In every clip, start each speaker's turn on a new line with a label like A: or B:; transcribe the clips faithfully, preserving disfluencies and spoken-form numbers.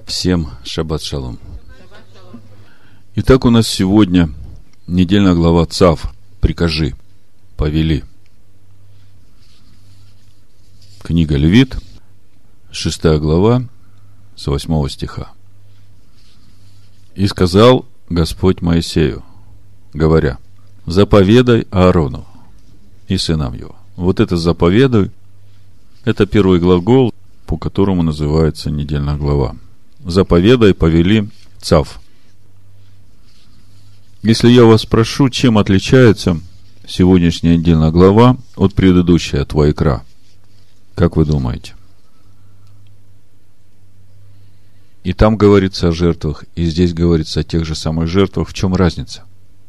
A: Всем шаббат шалом. Итак, у нас сегодня недельная глава Цав. Прикажи, повели. Книга Левит, шестая глава, с восьмого стиха. «И сказал Господь Моисею, говоря: заповедай Аарону и сынам его». Вот это «заповедуй» — это первый глагол, по которому называется недельная глава. «Заповедай, повели, Цав». Если я вас спрошу, чем отличается сегодняшняя недельная глава от предыдущей, от Ваикра, как вы думаете? И там говорится о жертвах, и здесь говорится о тех же самых жертвах. В чем разница?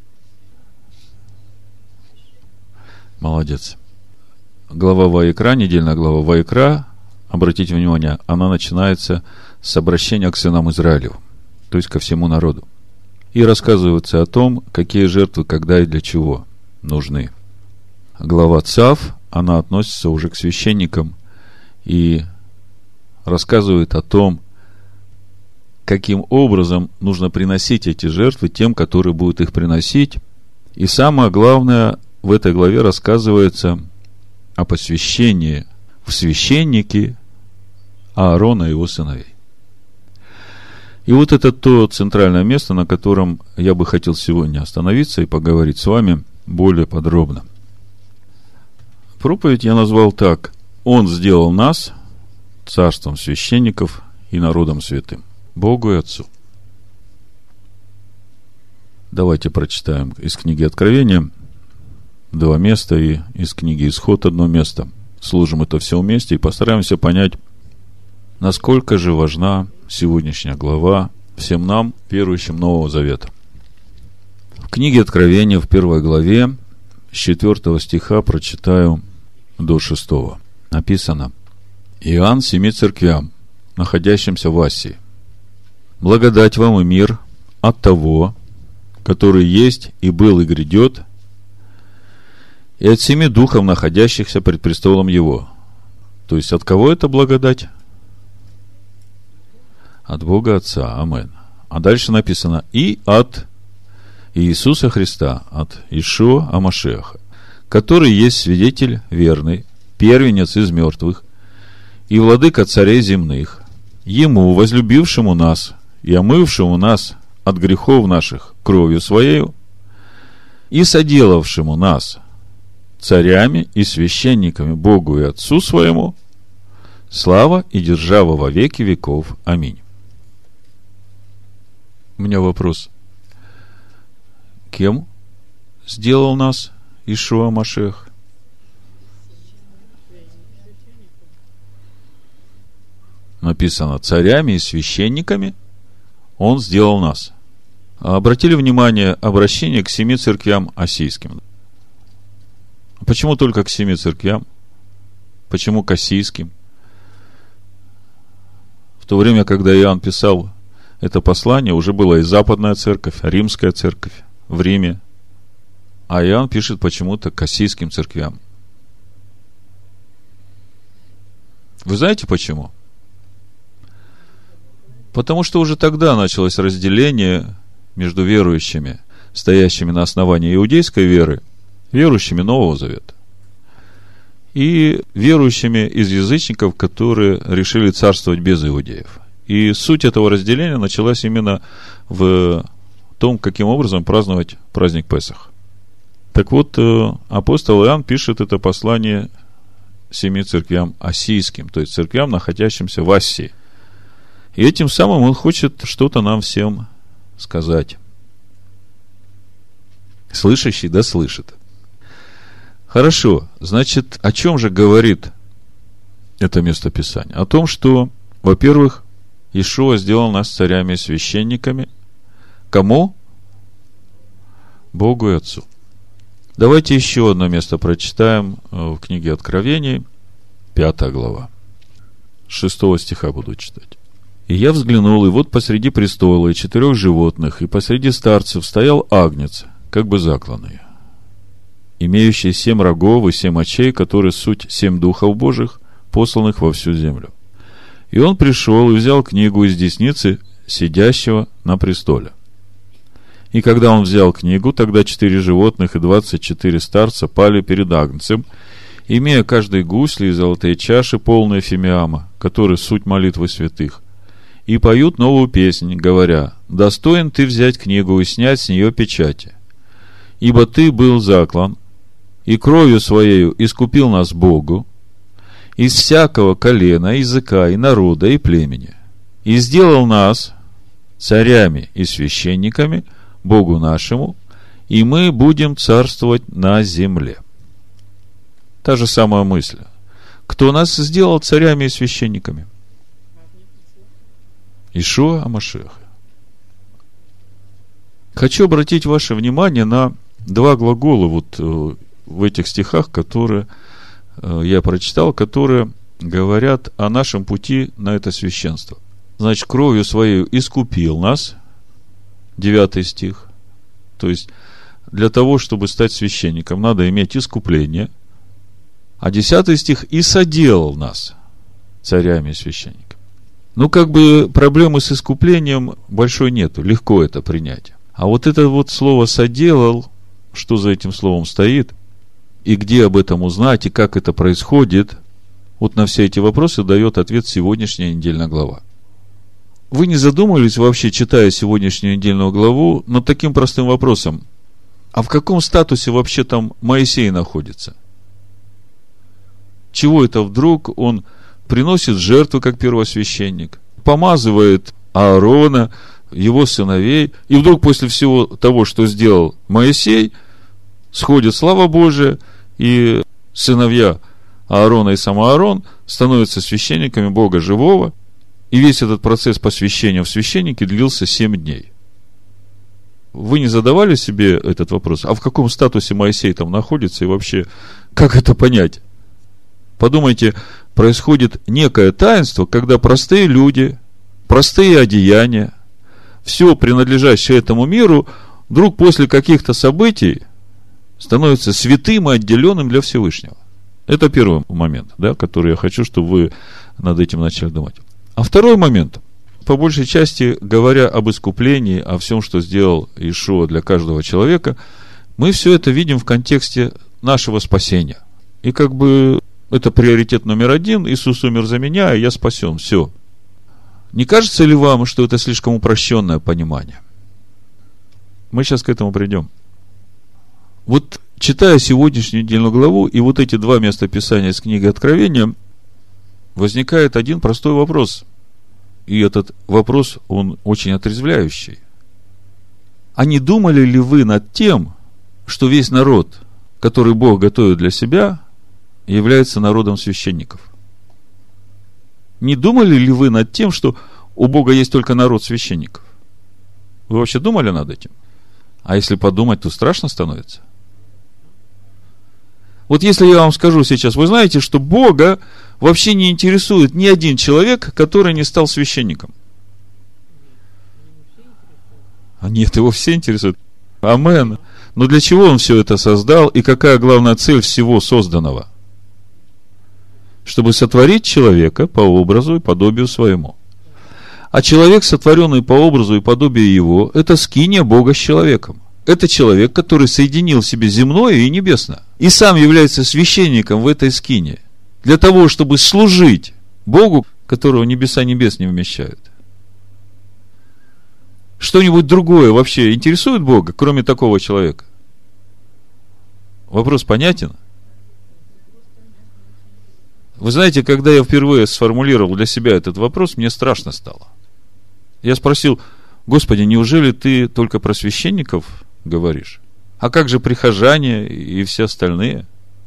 A: Молодец. Глава Ваикра, недельная глава Ваикра, обратите внимание, она начинается с обращения к сынам Израилевым, то есть ко всему народу. И рассказывается о том, какие жертвы, когда и для чего нужны. Глава Цав, она относится уже к священникам и рассказывает о том, каким образом нужно приносить эти жертвы тем, которые будут их приносить. И самое главное, в этой главе рассказывается о посвящении в священники Аарона и его сыновей. И вот это то центральное место, на котором я бы хотел сегодня остановиться и поговорить с вами более подробно. Проповедь я назвал так: «Он сделал нас царством священников и народом святым, Богу и Отцу». Давайте прочитаем из книги Откровения два места и из книги Исход одно место. Сложим это все вместе и постараемся понять, насколько же важна сегодняшняя глава всем нам, верующим Нового Завета. В книге Откровения, в первой главе, с четвертого стиха прочитаю до шестого. Написано: «Иоанн семи церквям, находящимся в Асии, благодать вам и мир от того, который есть и был и грядет, и от семи духов, находящихся пред престолом его». То есть от кого это благодать? От Бога Отца. Амен. А дальше написано: и от Иисуса Христа, от Ишуа а-Машиаха, который есть свидетель верный, первенец из мертвых и владыка царей земных, ему, возлюбившему нас и омывшему нас от грехов наших кровью своею, и соделавшему нас царями и священниками Богу и Отцу своему, слава и держава во веки веков. Аминь. У меня вопрос: кем сделал нас Ишуа а-Машиах? Написано: царями и священниками Он сделал нас. Обратили внимание обращение к семи церквям асийским? Почему только к семи церквям? Почему к асийским? В то время, когда Иоанн писал это послание, уже была и западная церковь, римская церковь в Риме. А Иоанн пишет почему-то к асийским церквям. Вы знаете почему? Потому что уже тогда началось разделение между верующими, стоящими на основании иудейской веры, верующими Нового Завета, и верующими из язычников, которые решили царствовать без иудеев. И суть этого разделения началась именно в том, каким образом праздновать праздник Песах. Так вот, апостол Иоанн пишет это послание семи церквям асийским, то есть церквям, находящимся в Асии. И этим самым он хочет что-то нам всем сказать. Слышащий да слышит. Хорошо, значит, о чем же говорит это местописание? О том, что, во-первых, Ишуа сделал нас царями и священниками. Кому? Богу и Отцу. Давайте еще одно место прочитаем в книге Откровений, пятая глава. С шестого стиха буду читать. «И я взглянул, и вот посреди престола и четырех животных, и посреди старцев стоял агнец, как бы закланный, имеющий семь рогов и семь очей, которые суть семь духов Божьих, посланных во всю землю. И он пришел и взял книгу из десницы сидящего на престоле. И когда он взял книгу, тогда четыре животных и двадцать четыре старца пали перед Агнцем, имея каждый гусли и золотые чаши, полные фимиама, которые суть молитвы святых, и поют новую песнь, говоря: «Достоин ты взять книгу и снять с нее печати, ибо ты был заклан, и кровью своею искупил нас Богу из всякого колена, языка, и народа, и племени, и сделал нас царями и священниками Богу нашему, и мы будем царствовать на земле». Та же самая мысль. Кто нас сделал царями и священниками? Иешуа ха-Машиах. Хочу обратить ваше внимание на два глагола вот в этих стихах, которые я прочитал, которые говорят о нашем пути на это священство. Значит, кровью своей искупил нас, девятый стих. То есть, для того, чтобы стать священником, надо иметь искупление. А десятый стих: и соделал нас царями и священниками. Ну, как бы проблемы с искуплением большой нету, легко это принять. А вот это вот слово «соделал», что за этим словом стоит, и где об этом узнать, и как это происходит, вот на все эти вопросы дает ответ сегодняшняя недельная глава. Вы не задумывались вообще, читая сегодняшнюю недельную главу, над таким простым вопросом: а в каком статусе вообще там Моисей находится? Чего это вдруг он приносит жертву как первосвященник, помазывает Аарона, его сыновей, и вдруг после всего того, что сделал Моисей, сходит слава Божия, и сыновья Аарона и сам Аарон становятся священниками Бога живого, и весь этот процесс посвящения в священники длился семь дней. Вы не задавали себе этот вопрос? А в каком статусе Моисей там находится, и вообще, как это понять? Подумайте, происходит некое таинство, когда простые люди, простые одеяния, все принадлежащее этому миру, вдруг после каких-то событий становится святым и отделенным для Всевышнего. Это первый момент, да, который я хочу, чтобы вы над этим начали думать. А второй момент, по большей части, говоря об искуплении, о всем, что сделал Иешуа для каждого человека, мы все это видим в контексте нашего спасения. И как бы это приоритет номер один: Иисус умер за меня, и я спасен. Все. Не кажется ли вам, что это слишком упрощенное понимание? Мы сейчас к этому придем. Вот, читая сегодняшнюю недельную главу и вот эти два места Писания из книги Откровения, возникает один простой вопрос. И этот вопрос, он очень отрезвляющий. А не думали ли вы над тем, что весь народ, который Бог готовит для себя, является народом священников? Не думали ли вы над тем, что у Бога есть только народ священников? Вы вообще думали над этим? А если подумать, то страшно становится. Вот если я вам скажу сейчас: вы знаете, что Бога вообще не интересует ни один человек, который не стал священником. А нет, его все интересуют. Амен. Но для чего он все это создал, и какая главная цель всего созданного? Чтобы сотворить человека по образу и подобию своему. А человек, сотворенный по образу и подобию его, это скиния Бога с человеком. Это человек, который соединил в себе земное и небесное, и сам является священником в этой скинии, для того, чтобы служить Богу, которого небеса небес не вмещают. Что-нибудь другое вообще интересует Бога, кроме такого человека? Вопрос понятен? Вы знаете, когда я впервые сформулировал для себя этот вопрос, мне страшно стало. Я спросил: Господи, неужели ты только про священников говоришь? А как же прихожане и все остальные?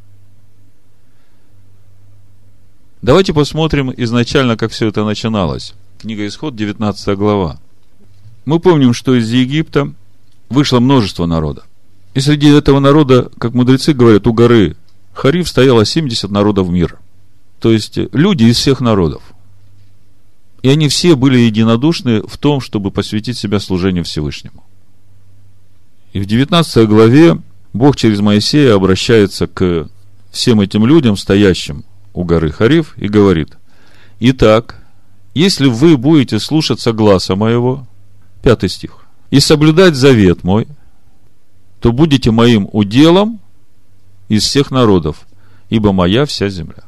A: Давайте посмотрим изначально, как все это начиналось. Книга Исход, девятнадцатая глава. Мы помним, что из Египта вышло множество народа. И среди этого народа, как мудрецы говорят, у горы Харив стояло семьдесят народов мира. То есть люди из всех народов. И они все были единодушны в том, чтобы посвятить себя служению Всевышнему. И в девятнадцатой главе Бог через Моисея обращается к всем этим людям, стоящим у горы Харив, и говорит: «Итак, если вы будете слушаться гласа моего, пятый стих, и соблюдать завет мой, то будете моим уделом из всех народов, ибо моя вся земля.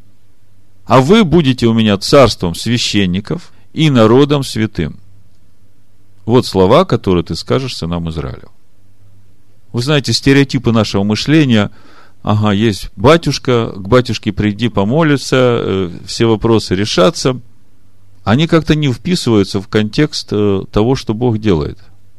A: А вы будете у меня царством священников и народом святым. Вот слова, которые ты скажешь сынам Израилю. Вы знаете, стереотипы нашего мышления: ага, есть батюшка, к батюшке приди помолиться, э, все вопросы решатся. Они как-то не вписываются в контекст э, того, что Бог делает.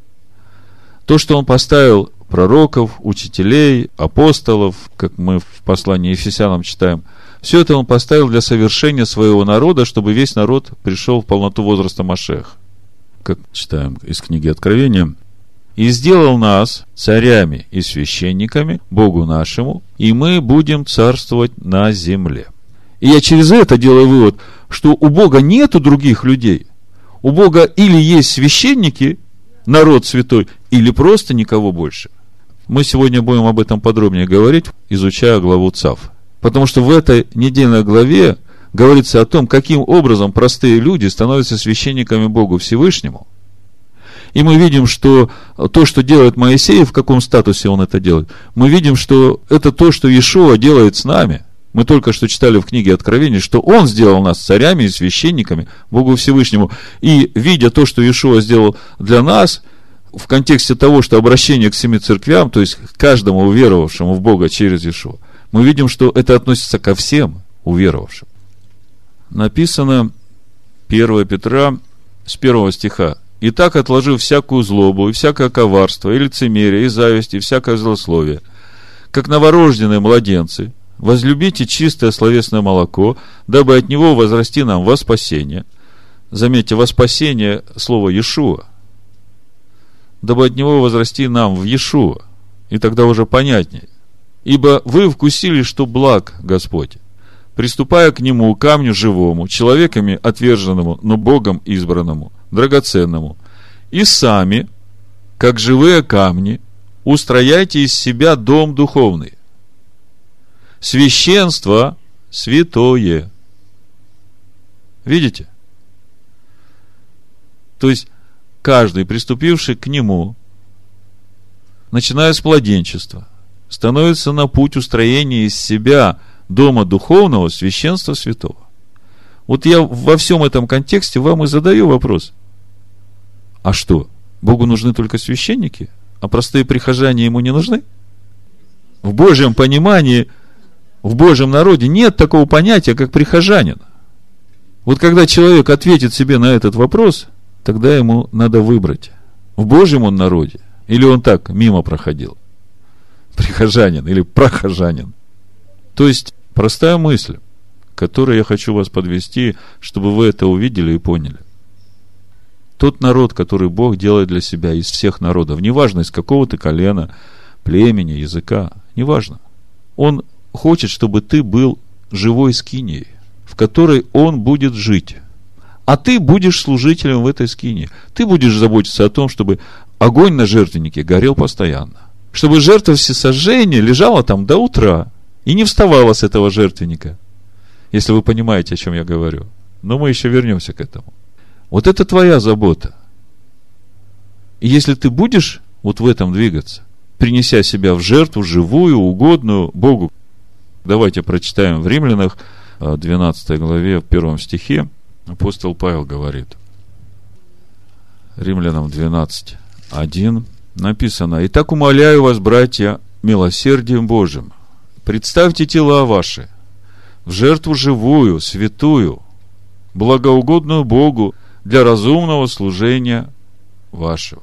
A: То, что Он поставил пророков, учителей, апостолов, как мы в послании Ефесянам читаем, все это Он поставил для совершения своего народа, чтобы весь народ пришел в полноту возраста Машиаха, как читаем из книги Откровения. И сделал нас царями и священниками Богу нашему, и мы будем царствовать на земле. И я через это делаю вывод, что у Бога нету других людей. У Бога или есть священники, народ святой, или просто никого больше. Мы сегодня будем об этом подробнее говорить, изучая главу Цав. Потому что в этой недельной главе говорится о том, каким образом простые люди становятся священниками Богу Всевышнему. И мы видим, что то, что делает Моисей, в каком статусе он это делает, мы видим, что это то, что Иешуа делает с нами. Мы только что читали в книге Откровения, что Он сделал нас царями и священниками Богу Всевышнему. И видя то, что Иешуа сделал для нас, в контексте того, что обращение к семи церквям, то есть к каждому уверовавшему в Бога через Иешуа, мы видим, что это относится ко всем уверовавшим. Написано первое Петра с первого стиха: «Итак, отложив всякую злобу, и всякое коварство, и лицемерие, и зависть, и всякое злословие, как новорожденные младенцы, возлюбите чистое словесное молоко, дабы от него возрасти нам во спасение». Заметьте, во спасение слово Иешуа. Дабы от него возрасти нам в Иешуа. И тогда уже понятнее. «Ибо вы вкусили, что благ Господь, приступая к нему, камню живому, человеками отверженному, но Богом избранному, драгоценному, и сами, как живые камни, устрояйте из себя дом духовный, священство святое». Видите? То есть, каждый, приступивший к нему, начиная с младенчества, становится на путь устроения из себя дома духовного, священства святого. Вот я во всем этом контексте вам и задаю вопрос. А что, Богу нужны только священники, а простые прихожане Ему не нужны? В Божьем понимании, в Божьем народе нет такого понятия, как прихожанин. Вот когда человек ответит себе на этот вопрос, тогда ему надо выбрать, в Божьем он народе, или он так мимо проходил. Прихожанин или прохожанин. То есть, простая мысль, к которой я хочу вас подвести, чтобы вы это увидели и поняли. Тот народ, который Бог делает для себя из всех народов, неважно, из какого ты колена, племени, языка, неважно. Он хочет, чтобы ты был живой скинией, в которой Он будет жить. А ты будешь служителем в этой скинии. Ты будешь заботиться о том, чтобы огонь на жертвеннике горел постоянно. Чтобы жертва всесожжения лежала там до утра и не вставала с этого жертвенника. Если вы понимаете, о чем я говорю. Но мы еще вернемся к этому. Вот это твоя забота. И если ты будешь вот в этом двигаться, принеся себя в жертву живую, угодную Богу. Давайте прочитаем в Римлянах двенадцатой главе, в первом стихе. Апостол Павел говорит. Римлянам двенадцать, один написано: «Итак, умоляю вас, братья, милосердием Божьим, представьте тела ваши в жертву живую, святую, благоугодную Богу для разумного служения вашего».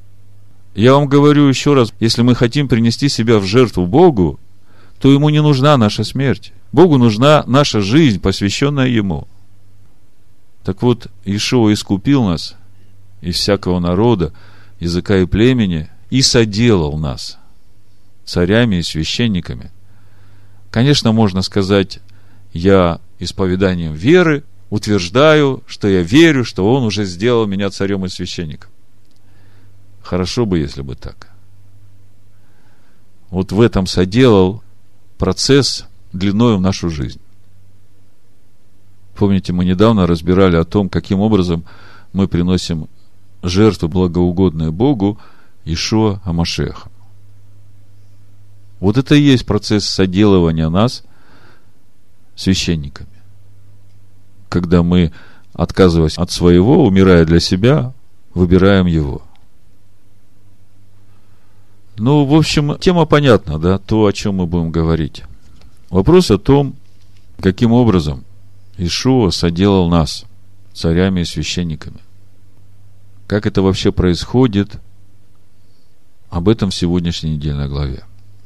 A: Я вам говорю еще раз, если мы хотим принести себя в жертву Богу, то Ему не нужна наша смерть. Богу нужна наша жизнь, посвященная Ему. Так вот, Иешуа искупил нас из всякого народа, языка и племени, и соделал нас царями и священниками. Конечно, можно сказать, я исповеданием веры утверждаю, что я верю, что Он уже сделал меня царем и священником. Хорошо бы, если бы так. Вот в этом соделал процесс длиною в нашу жизнь. Помните, мы недавно разбирали о том, каким образом мы приносим жертвы, благоугодные Богу, Иешуа ха-Машиаха. Вот это и есть процесс соделывания нас священниками. Когда мы, отказываясь от своего, умирая для себя, выбираем Его. Ну, в общем, тема понятна, да, то, о чем мы будем говорить. Вопрос о том, каким образом Иешуа соделал нас царями и священниками. Как это вообще происходит, об этом в сегодняшней недельной главе.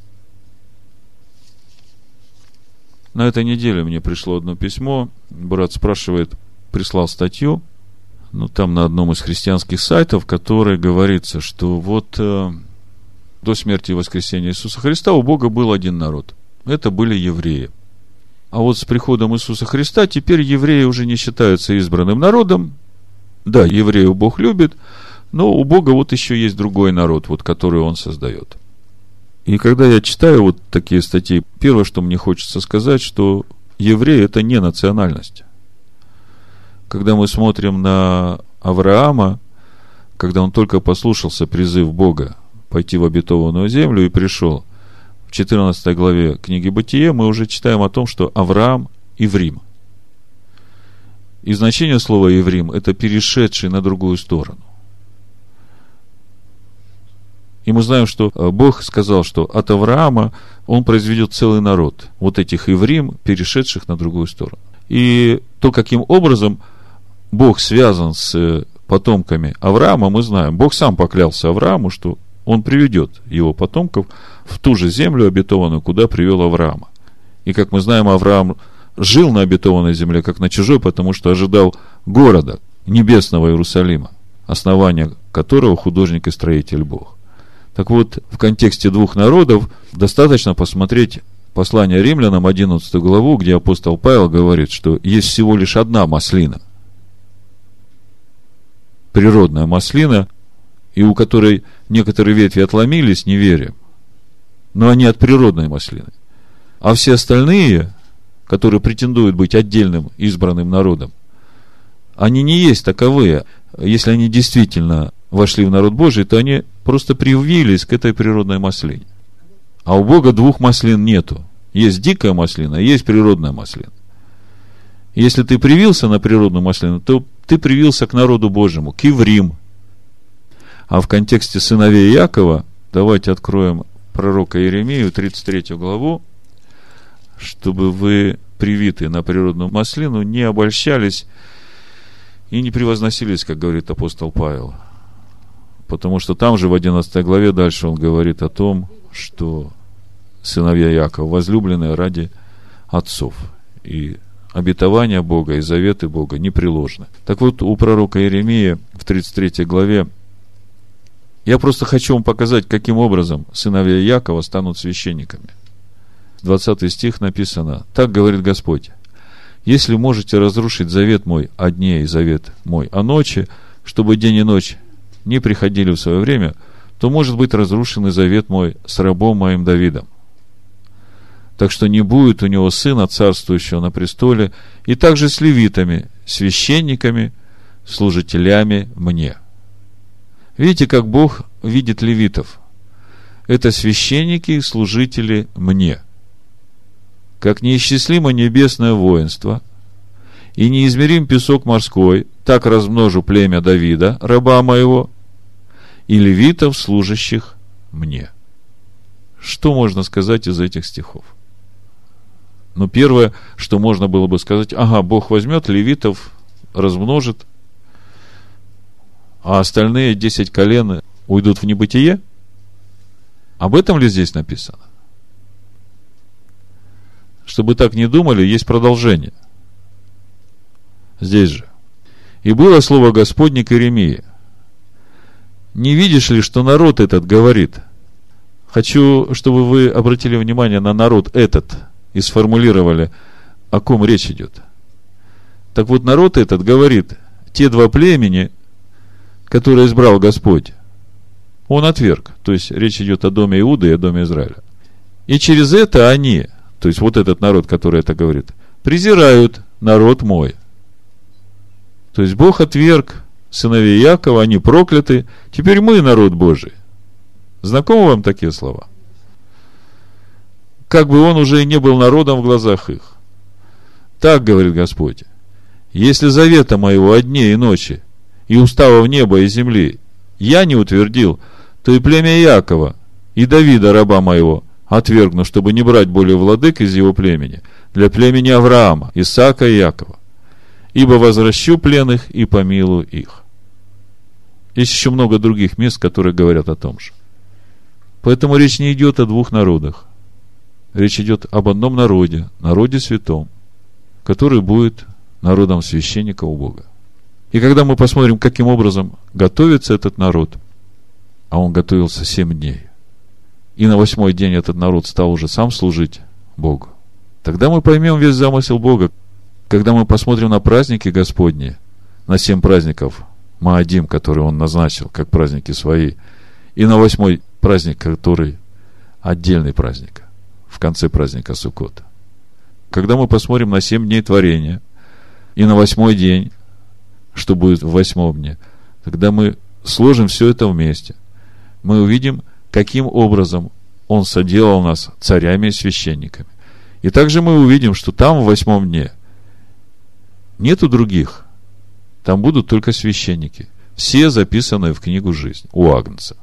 A: На этой неделе мне пришло одно письмо. Брат спрашивает, прислал статью, ну, там на одном из христианских сайтов, в которой говорится, что вот э, до смерти и воскресения Иисуса Христа у Бога был один народ. Это были евреи. А вот с приходом Иисуса Христа теперь евреи уже не считаются избранным народом. Да, евреев Бог любит, но у Бога вот еще есть другой народ, вот, который Он создает. И когда я читаю вот такие статьи, первое, что мне хочется сказать, что евреи – это не национальность. Когда мы смотрим на Авраама, когда он только послушался призыв Бога пойти в обетованную землю и пришел, в четырнадцатой главе книги Бытие мы уже читаем о том, что Авраам – Иврим. И значение слова «Иврим» – это перешедший на другую сторону. И мы знаем, что Бог сказал, что от Авраама Он произведет целый народ, вот этих Иврим, перешедших на другую сторону. И то, каким образом Бог связан с потомками Авраама, мы знаем. Бог сам поклялся Аврааму, что Он приведет его потомков в ту же землю обетованную, куда привел Авраама. И, как мы знаем, Авраам жил на обетованной земле, как на чужой, потому что ожидал города, небесного Иерусалима, основания которого художник и строитель Бог. Так вот, в контексте двух народов достаточно посмотреть послание Римлянам, одиннадцатую главу, где апостол Павел говорит, что есть всего лишь одна маслина, природная маслина, и у которой некоторые ветви отломились, не веря, но они от природной маслины. А все остальные, которые претендуют быть отдельным избранным народом, они не есть таковые. Если они действительно вошли в народ Божий, то они просто привились к этой природной маслине. А у Бога двух маслин нету. Есть дикая маслина, есть природная маслина. Если ты привился на природную маслину, то ты привился к народу Божьему, к Иврим. А в контексте сыновей Иакова, давайте откроем пророка Иеремию, тридцать третью главу, чтобы вы, привитые на природную маслину, не обольщались и не превозносились, как говорит апостол Павел. Потому что там же в одиннадцатой главе дальше он говорит о том, что сыновья Иакова возлюбленные ради отцов. И обетования Бога и заветы Бога непреложны. Так вот, у пророка Иеремии в тридцать третьей главе я просто хочу вам показать, каким образом сыновья Иакова станут священниками. двадцатый стих написано: «Так говорит Господь, если можете разрушить завет мой о дне и завет мой о ночи, чтобы день и ночь не приходили в свое время, то может быть разрушен и завет мой с рабом моим Давидом. Так что не будет у него сына, царствующего на престоле, и также с левитами, священниками, служителями мне». Видите, как Бог видит левитов? Это священники и служители мне. Как неисчислимо небесное воинство и неизмерим песок морской, так размножу племя Давида, раба моего, и левитов, служащих мне. Что можно сказать из этих стихов? Ну, первое, что можно было бы сказать: ага, Бог возьмет левитов, размножит, а остальные десять колен уйдут в небытие? Об этом ли здесь написано? Чтобы так не думали, есть продолжение. Здесь же. «И было слово Господне к Иеремии: не видишь ли, что народ этот говорит?» Хочу, чтобы вы обратили внимание на народ этот и сформулировали, о ком речь идет. Так вот, народ этот говорит: те два племени, которые избрал Господь, Он отверг. То есть, речь идет о доме Иуды и о доме Израиля. И через это они, то есть, вот этот народ, который это говорит, презирают народ мой, То есть Бог отверг сыновей Иакова, они прокляты, теперь мы народ Божий. Знакомы вам такие слова? Как бы он уже и не был народом в глазах их. Так говорит Господь: если завета моего о дне и ночи, и уставов неба и земли я не утвердил, то и племя Иакова, и Давида, раба моего, отвергну, чтобы не брать более владык из его племени, для племени Авраама, Исаака и Иакова. Ибо возвращу пленных и помилую их. Есть еще много других мест, которые говорят о том же. Поэтому речь не идет о двух народах. Речь идет об одном народе, народе святом, который будет народом священника у Бога. И когда мы посмотрим, каким образом готовится этот народ, а он готовился семь дней, и на восьмой день этот народ стал уже сам служить Богу, тогда мы поймем весь замысел Бога. Когда мы посмотрим на праздники Господни, на семь праздников Моадим, которые Он назначил как праздники свои, и на восьмой праздник, который отдельный праздник, в конце праздника Суккота. Когда мы посмотрим на семь дней творения и на восьмой день, что будет в восьмом дне, тогда мы сложим все это вместе. Мы увидим, каким образом Он соделал нас царями и священниками. И также мы увидим, что там в восьмом дне нету других. Там будут только священники. Все записанные в книгу жизни у Агнца.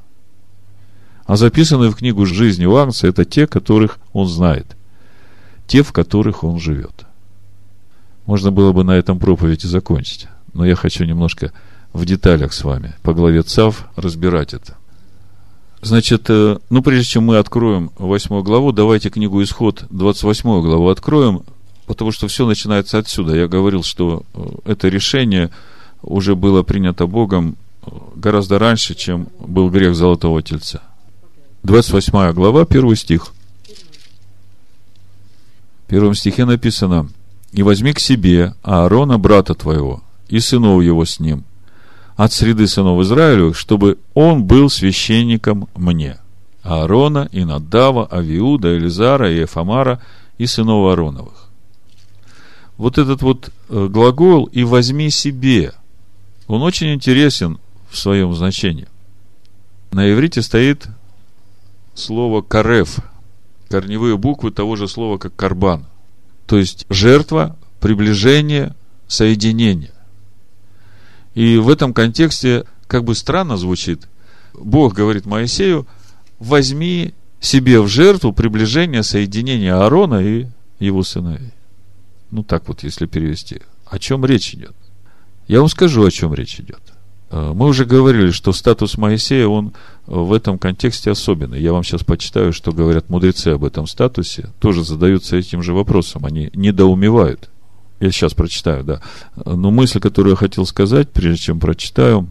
A: А записанные в книгу жизни у Агнца — это те, которых он знает. Те, в которых он живет. Можно было бы на этом проповедь и закончить. Но я хочу немножко в деталях с вами по главе Цав разбирать это. Значит, ну прежде чем мы откроем восьмую главу, давайте книгу Исход, двадцать восьмую главу откроем, потому что все начинается отсюда. Я говорил, что это решение уже было принято Богом гораздо раньше, чем был грех Золотого Тельца. двадцать восьмая глава, первый стих. В первом стихе написано: «И возьми к себе Аарона, брата твоего, и сынов его с ним, от среды сынов Израилевых, чтобы он был священником мне». Аарона, и Надава, Авиуда, Элизара и Эфамара, и сынов Аароновых. Вот этот вот глагол «и возьми себе», он очень интересен в своем значении. На иврите стоит слово «карев», корневые буквы того же слова, как «карбан». То есть жертва, приближение, соединение. И в этом контексте как бы странно звучит. Бог говорит Моисею: возьми себе в жертву приближение, соединение Аарона и его сыновей. Ну так вот, если перевести. О чем речь идет? Я вам скажу, о чем речь идет. Мы уже говорили, что статус Моисея, он в этом контексте особенный. Я вам сейчас почитаю, что говорят мудрецы об этом статусе. Тоже задаются этим же вопросом. Они недоумевают. Я сейчас прочитаю, да. Но мысль, которую я хотел сказать, прежде чем прочитаю,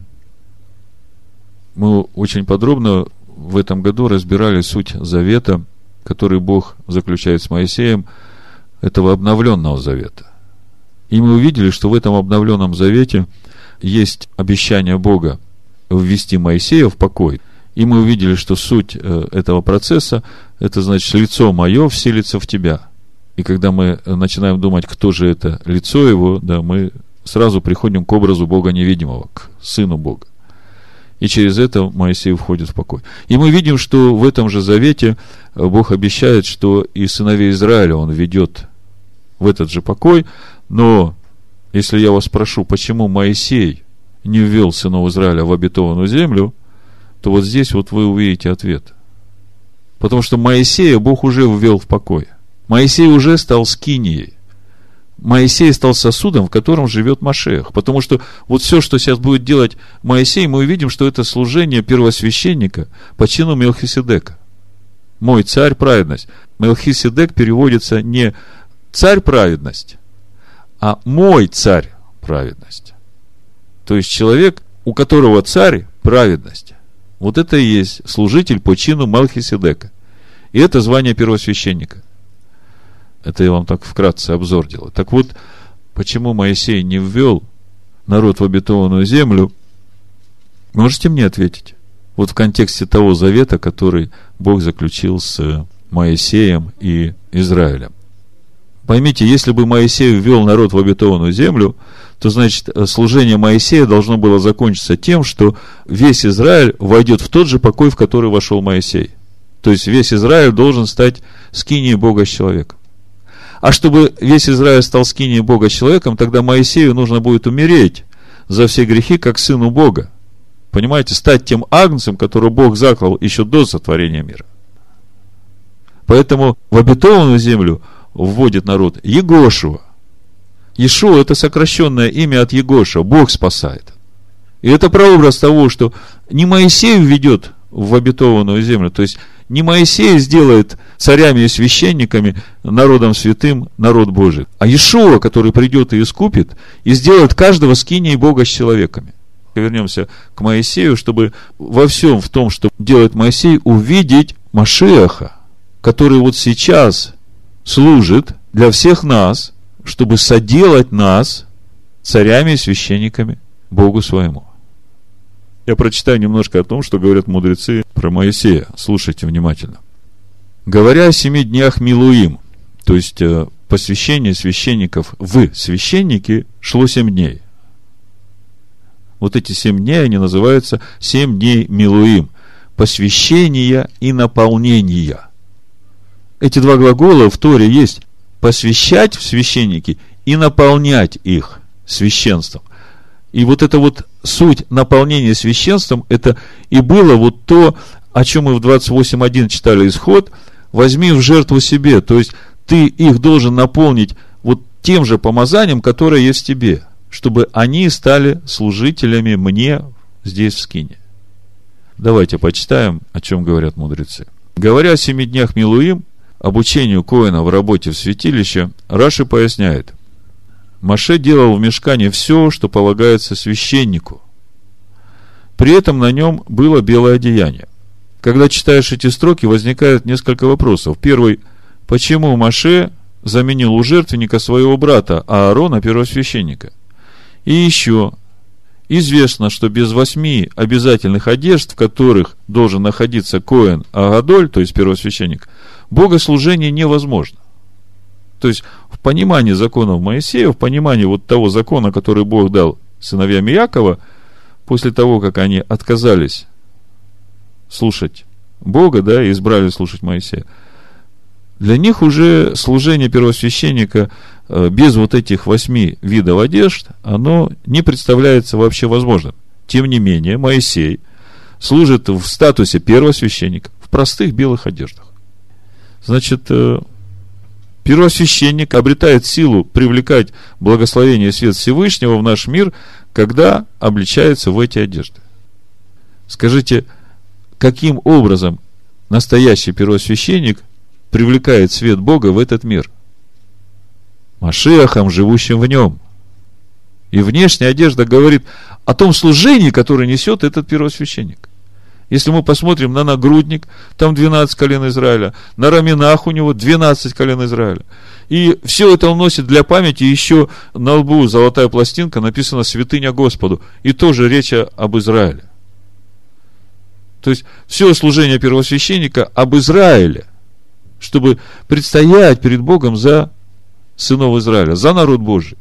A: мы очень подробно в этом году разбирали суть завета, который Бог заключает с Моисеем, этого обновленного завета. И мы увидели, что в этом обновленном завете есть обещание Бога ввести Моисея в покой. И мы увидели, что суть этого процесса — это значит, лицо мое вселится в тебя. И когда мы начинаем думать, кто же это лицо его, да, мы сразу приходим к образу Бога невидимого, к Сыну Бога. И через это Моисей входит в покой. И мы видим, что в этом же завете Бог обещает, что и сыновей Израиля Он ведет в этот же покой. Но если я вас спрошу, почему Моисей не ввел сынов Израиля в обетованную землю, то вот здесь вот вы увидите ответ. Потому что Моисея Бог уже ввел в покой. Моисей уже стал скинией. Моисей стал сосудом, в котором живет Машиах. Потому что вот все, что сейчас будет делать Моисей, мы увидим, что это служение первосвященника по чину Мелхиседека. Мой царь праведность. Мелхиседек переводится не царь праведность, а мой царь праведность. То есть человек, у которого царь праведность. Вот это и есть служитель по чину Мелхиседека. И это звание первосвященника. Это я вам так вкратце обзор делаю. Так вот, почему Моисей не ввел народ в обетованную землю? Можете мне ответить? Вот в контексте того завета, который Бог заключил с Моисеем и Израилем. Поймите, если бы Моисей ввел народ в обетованную землю, то, значит, служение Моисея должно было закончиться тем, что весь Израиль войдет в тот же покой, в который вошел Моисей. То есть, весь Израиль должен стать скинией Бога с человеком. А чтобы весь Израиль стал скинией Бога с человеком, тогда Моисею нужно будет умереть за все грехи, как сыну Бога. Понимаете, стать тем агнцем, который Бог заклал еще до сотворения мира. Поэтому в обетованную землю вводит народ Егошуа. Иешуа – это сокращенное имя от Егоша. Бог спасает. И это прообраз того, что не Моисей введет в обетованную землю, то есть не Моисей сделает царями и священниками, народом святым, народ Божий, а Иешуа, который придет и искупит, и сделает каждого скинией Бога с человеками. Вернемся к Моисею, чтобы во всем в том, что делает Моисей, увидеть Машиаха, который вот сейчас служит для всех нас, чтобы соделать нас царями и священниками Богу своему. Я прочитаю немножко о том, что говорят мудрецы про Моисея. Слушайте внимательно. Говоря о семи днях Милуим, то есть посвящение священников в священники, шло семь дней. Вот эти семь дней, они называются семь дней Милуим. Посвящения и наполнения. Эти два глагола в Торе есть. Посвящать в священники и наполнять их священством. И вот это вот суть наполнения священством, это и было вот то, о чем мы в двадцать восемь один читали исход. Возьми в жертву себе. То есть ты их должен наполнить вот тем же помазанием, которое есть в тебе, чтобы они стали служителями мне здесь в скине. Давайте почитаем, о чем говорят мудрецы. Говоря о семи днях Милуим, обучению коэна в работе в святилище, Раши поясняет: Моше делал в мишкане все, что полагается священнику. При этом на нем было белое одеяние. Когда читаешь эти строки, возникает несколько вопросов. Первый: почему Моше заменил у жертвенника своего брата Аарона, первосвященника? И еще, известно, что без восьми обязательных одежд, в которых должен находиться коэн Агадоль, то есть первосвященник, богослужение невозможно. То есть, в понимании законов Моисея, в понимании вот того закона, который Бог дал сыновьям Иакова, после того, как они отказались слушать Бога, да, и избрали слушать Моисея, для них уже служение первосвященника без вот этих восьми видов одежд, оно не представляется вообще возможным. Тем не менее, Моисей служит в статусе первосвященника в простых белых одеждах. Значит, первосвященник обретает силу привлекать благословение и свет Всевышнего в наш мир, когда облачается в эти одежды. Скажите, каким образом настоящий первосвященник привлекает свет Бога в этот мир? Машиахом, живущим в нем. И внешняя одежда говорит о том служении, которое несет этот первосвященник. Если мы посмотрим на нагрудник, там двенадцать колен Израиля, на раменах у него двенадцать колен Израиля. И все это он носит для памяти, еще на лбу золотая пластинка, написано «Святыня Господу». И тоже речь об Израиле. То есть, все служение первосвященника об Израиле, чтобы предстоять перед Богом за сынов Израиля, за народ Божий.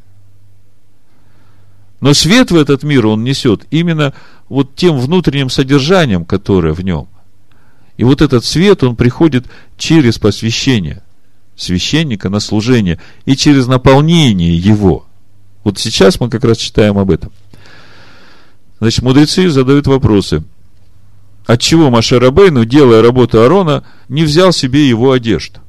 A: Но свет в этот мир он несет именно вот тем внутренним содержанием, которое в нем. И вот этот свет, он приходит через посвящение священника на служение и через наполнение его. Вот сейчас мы как раз читаем об этом. Значит, мудрецы задают вопросы. Отчего Моше Рабейну, делая работу Аарона, не взял себе его одежд?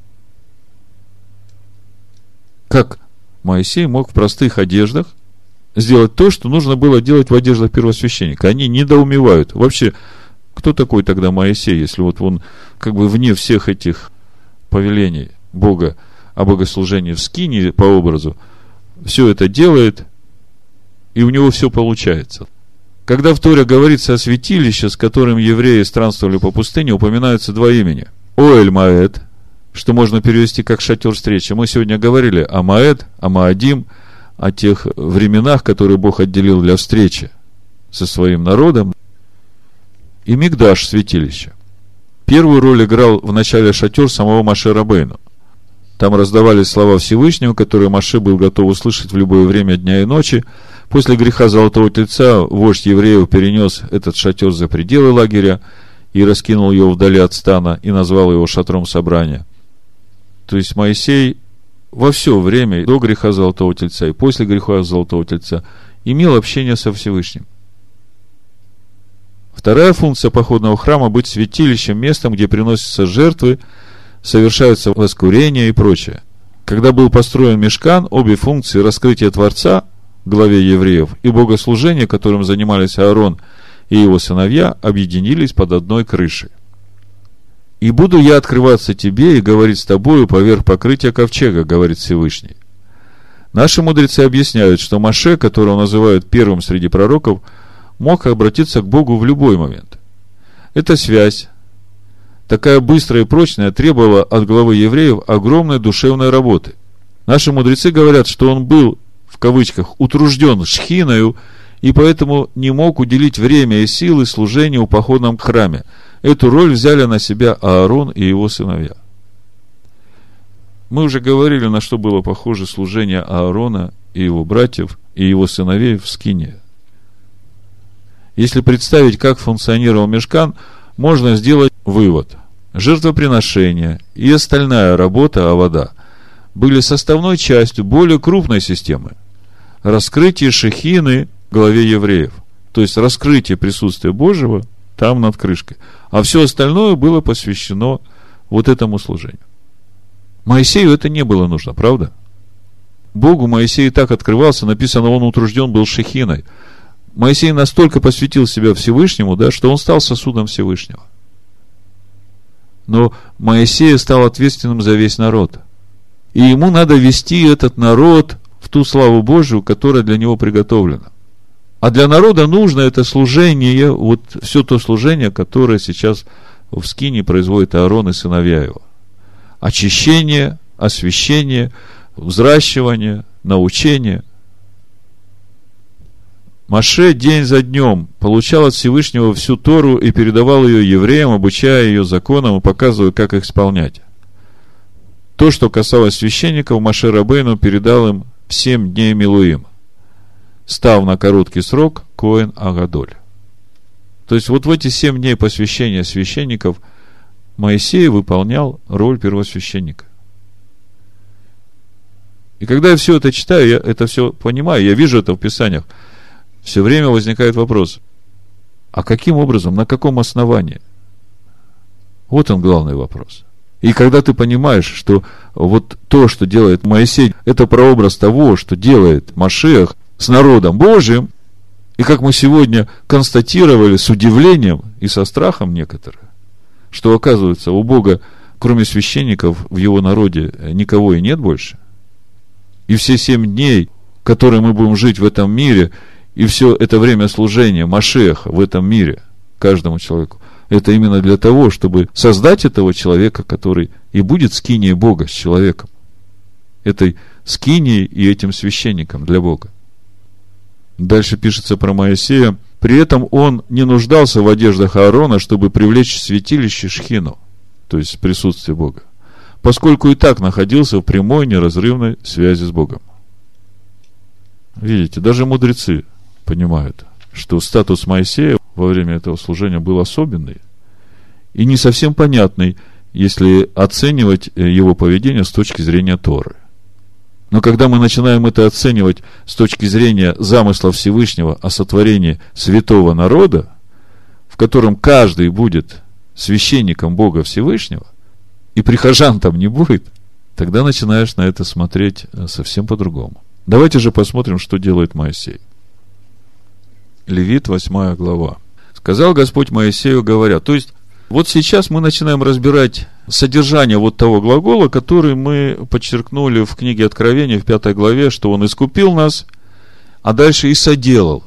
A: Как Моисей мог в простых одеждах сделать то, что нужно было делать в одеждах первосвященника? Они недоумевают. Вообще, кто такой тогда Моисей, если вот он как бы вне всех этих повелений Бога о богослужении в скинии по образу все это делает, и у него все получается. Когда в Торе говорится о святилище, с которым евреи странствовали по пустыне, упоминаются два имени. Оэль Моэд, что можно перевести как шатер встречи. Мы сегодня говорили о Моэд, о Моадим, о тех временах, которые Бог отделил для встречи со своим народом. И Микдаш, святилище. Первую роль играл в начале шатер самого Моше Рабейну. Там раздавались слова Всевышнего, которые Моше был готов услышать в любое время дня и ночи. После греха Золотого Тельца вождь евреев перенес этот шатер за пределы лагеря и раскинул его вдали от стана и назвал его шатром собрания. То есть Моисей во все время, до греха Золотого Тельца и после греха Золотого Тельца, имел общение со Всевышним. Вторая функция походного храма – быть святилищем, местом, где приносятся жертвы, совершаются воскурения и прочее. Когда был построен мишкан, обе функции раскрытия Творца, главе евреев, и богослужения, которым занимались Аарон и его сыновья, объединились под одной крышей. «И буду я открываться тебе и говорить с тобою поверх покрытия ковчега», говорит Всевышний. Наши мудрецы объясняют, что Моше, которого называют первым среди пророков, мог обратиться к Богу в любой момент. Эта связь, такая быстрая и прочная, требовала от главы евреев огромной душевной работы. Наши мудрецы говорят, что он был, в кавычках, утружден шхиною, и поэтому не мог уделить время и силы служению в походном храме. Эту роль взяли на себя Аарон и его сыновья. Мы уже говорили, на что было похоже служение Аарона и его братьев и его сыновей в скинии. Если представить, как функционировал мишкан, можно сделать вывод. Жертвоприношение и остальная работа авода были составной частью более крупной системы – раскрытия шехины главе евреев. То есть раскрытие присутствия Божьего там над крышкой. А все остальное было посвящено вот этому служению. Моисею это не было нужно, правда? Богу Моисей и так открывался, написано, он утружден был шехиной. Моисей настолько посвятил себя Всевышнему, да, что он стал сосудом Всевышнего. Но Моисей стал ответственным за весь народ. И ему надо вести этот народ в ту славу Божию, которая для него приготовлена. А для народа нужно это служение, вот все то служение, которое сейчас в скинии производит Аарон и сыновья его. Очищение, освящение, взращивание, научение. Моше день за днем получал от Всевышнего всю Тору и передавал ее евреям, обучая ее законам и показывая, как их исполнять. То, что касалось священников, Моше Рабейну передал им в семь дней Милуим, став на короткий срок Коэн Агадоль. То есть вот в эти семь дней посвящения священников Моисей выполнял роль первосвященника. И когда я все это читаю, я это все понимаю, я вижу это в Писаниях, все время возникает вопрос: а каким образом, на каком основании? Вот он главный вопрос. И когда ты понимаешь, что вот то, что делает Моисей, это прообраз того, что делает Машиах с народом Божиим, и как мы сегодня констатировали с удивлением и со страхом некоторые, что оказывается у Бога, кроме священников, в его народе никого и нет больше. И все семь дней, которые мы будем жить в этом мире, и все это время служения Машиаха в этом мире каждому человеку, это именно для того, чтобы создать этого человека, который и будет скинией Бога с человеком. Этой скинией и этим священником для Бога. Дальше пишется про Моисея: при этом он не нуждался в одеждах Аарона, чтобы привлечь в святилище шхину, то есть присутствие Бога, поскольку и так находился в прямой неразрывной связи с Богом. Видите, даже мудрецы понимают, что статус Моисея во время этого служения был особенный и не совсем понятный, если оценивать его поведение с точки зрения Торы. Но когда мы начинаем это оценивать с точки зрения замысла Всевышнего о сотворении святого народа, в котором каждый будет священником Бога Всевышнего, и прихожан там не будет, тогда начинаешь на это смотреть совсем по-другому. Давайте же посмотрим, что делает Моисей. Левит, восьмая глава. «Сказал Господь Моисею, говоря», то есть, вот сейчас мы начинаем разбирать содержание вот того глагола, который мы подчеркнули в книге Откровения, в пятой главе, что Он искупил нас, а дальше и соделал.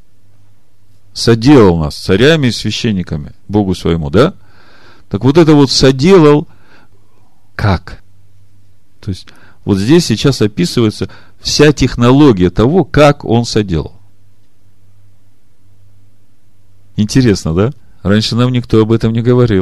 A: Соделал нас царями и священниками Богу своему, да? Так вот это вот соделал как? То есть, вот здесь сейчас описывается вся технология того, как Он соделал. Интересно, да? Раньше нам никто об этом не говорил.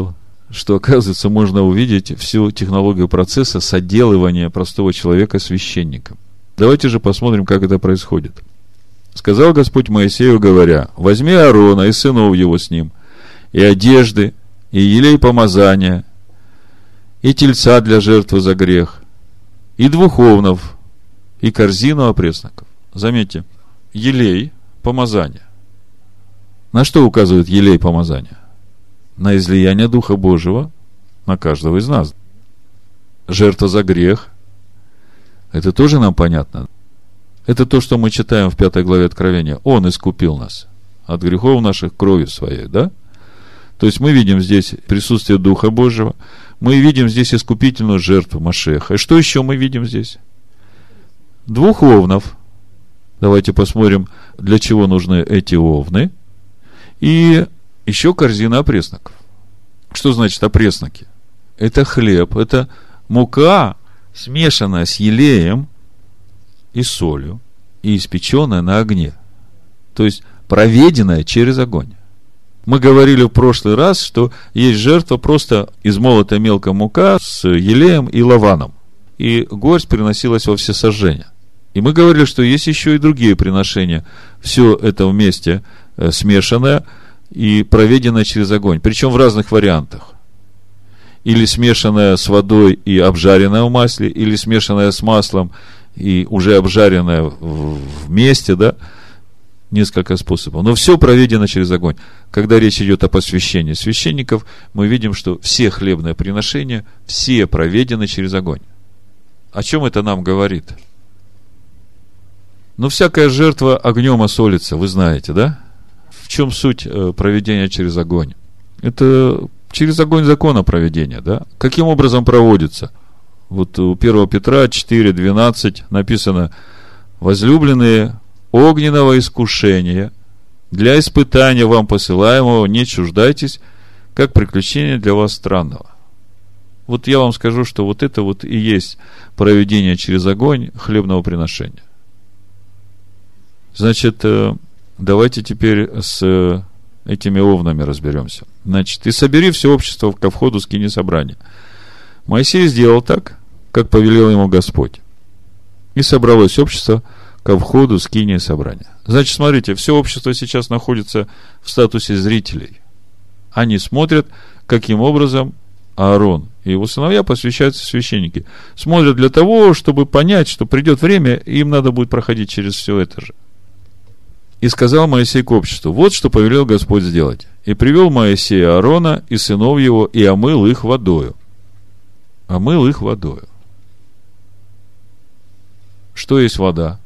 A: что, оказывается, можно увидеть всю технологию процесса соделывания простого человека священником. Давайте же посмотрим, как это происходит. Сказал Господь Моисею, говоря: возьми Аарона и сынов его с ним, и одежды, и елей помазания, и тельца для жертвы за грех, и двух овнов, и корзину опресноков. Заметьте, елей помазания. На что указывает елей помазания? На излияние Духа Божьего на каждого из нас. Жертва за грех. Это тоже нам понятно. Это то, что мы читаем в пятой главе Откровения. Он искупил нас от грехов наших кровью своей, да? То есть мы видим здесь присутствие Духа Божьего, мы видим здесь искупительную жертву Машеха. И что еще мы видим здесь? Двух овнов. Давайте посмотрим, для чего нужны эти овны. И еще корзина опресноков. Что значит опресноки? Это хлеб, это мука, смешанная с елеем и солью, и испеченная на огне. То есть проведенная через огонь. Мы говорили в прошлый раз, что есть жертва просто из молотой мелкой мука с елеем и лаваном. И горсть приносилась во всесожжение. И мы говорили, что есть еще и другие приношения. Все это вместе смешанное и проведенное через огонь. Причем в разных вариантах. Или смешанное с водой и обжаренное в масле, или смешанное с маслом и уже обжаренное вместе, да? Несколько способов. Но все проведено через огонь. Когда речь идет о посвящении священников, мы видим, что все хлебные приношения, все проведены через огонь. О чем это нам говорит? Ну, всякая жертва огнем осолится, вы знаете, да? В чем суть проведения через огонь? Это через огонь закона проведения, да? Каким образом проводится? Вот у первого Петра четыре двенадцать написано: возлюбленные, огненного искушения для испытания вам посылаемого не чуждайтесь, как приключение для вас странного. Вот я вам скажу, что вот это вот и есть проведение через огонь хлебного приношения. Значит, давайте теперь с этими овнами разберемся. Значит, и собери все общество ко входу скини собрания. Моисей сделал так, как повелел ему Господь. И собралось общество ко входу скинии собрания. Значит, смотрите, все общество сейчас находится в статусе зрителей. Они смотрят, каким образом Аарон и его сыновья посвящаются священники. Смотрят для того, чтобы понять, что придет время, и им надо будет проходить через все это же. И сказал Моисей к обществу: вот что повелел Господь сделать. И привел Моисей Аарона и сынов его, и омыл их водою. Омыл их водою. Что есть вода?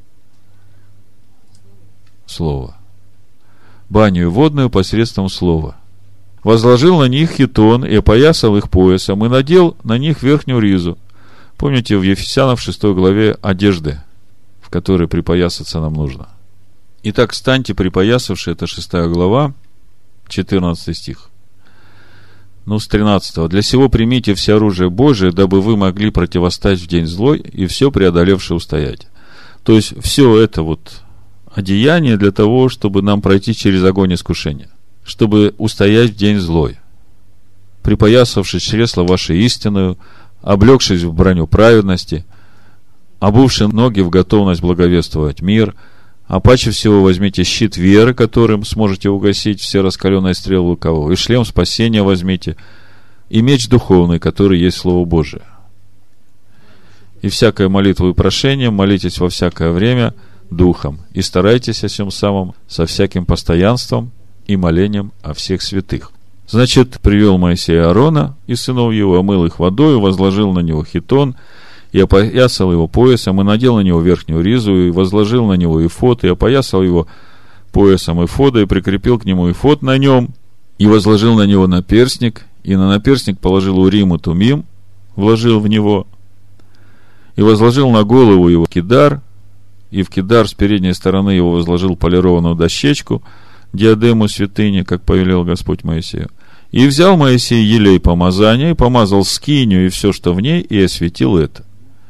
A: Слово. Баню водную посредством слова. Возложил на них хитон и опоясал их поясом, и надел на них верхнюю ризу. Помните, в Ефесянам в шестой главе одежды, в которой припоясаться нам нужно. Итак, станьте припоясавши, это шестая глава, четырнадцатый стих. Ну, с тринадцатого. Для сего примите все оружие Божие, дабы вы могли противостать в день злой, и все преодолевши устоять. То есть, все это вот одеяние для того, чтобы нам пройти через огонь искушения, чтобы устоять в день злой. Припоясавшись чресло ваше истинную, облегшись в броню праведности, обувши ноги в готовность благовествовать мир, а паче всего возьмите щит веры, которым сможете угасить все раскаленные стрелы лукавого, и шлем спасения возьмите, и меч духовный, который есть Слово Божие. И всякое молитву и прошение молитесь во всякое время духом, и старайтесь о всем самом со всяким постоянством и молением о всех святых. Значит, привел Моисей Аарона и сынов его, омыл их водою, возложил на него хитон, и опоясал его поясом, и надел на него верхнюю ризу, и возложил на него эфод, и опоясал его поясом эфода, и прикрепил к нему эфод на нем, и возложил на него наперстник, и на наперстник положил урим и тумим, вложил в него, и возложил на голову его кидар, и в кидар с передней стороны его возложил полированную дощечку, диадему святыни, как повелел Господь Моисею. И взял Моисей елей помазания, и помазал скинию и все, что в ней, и осветил это.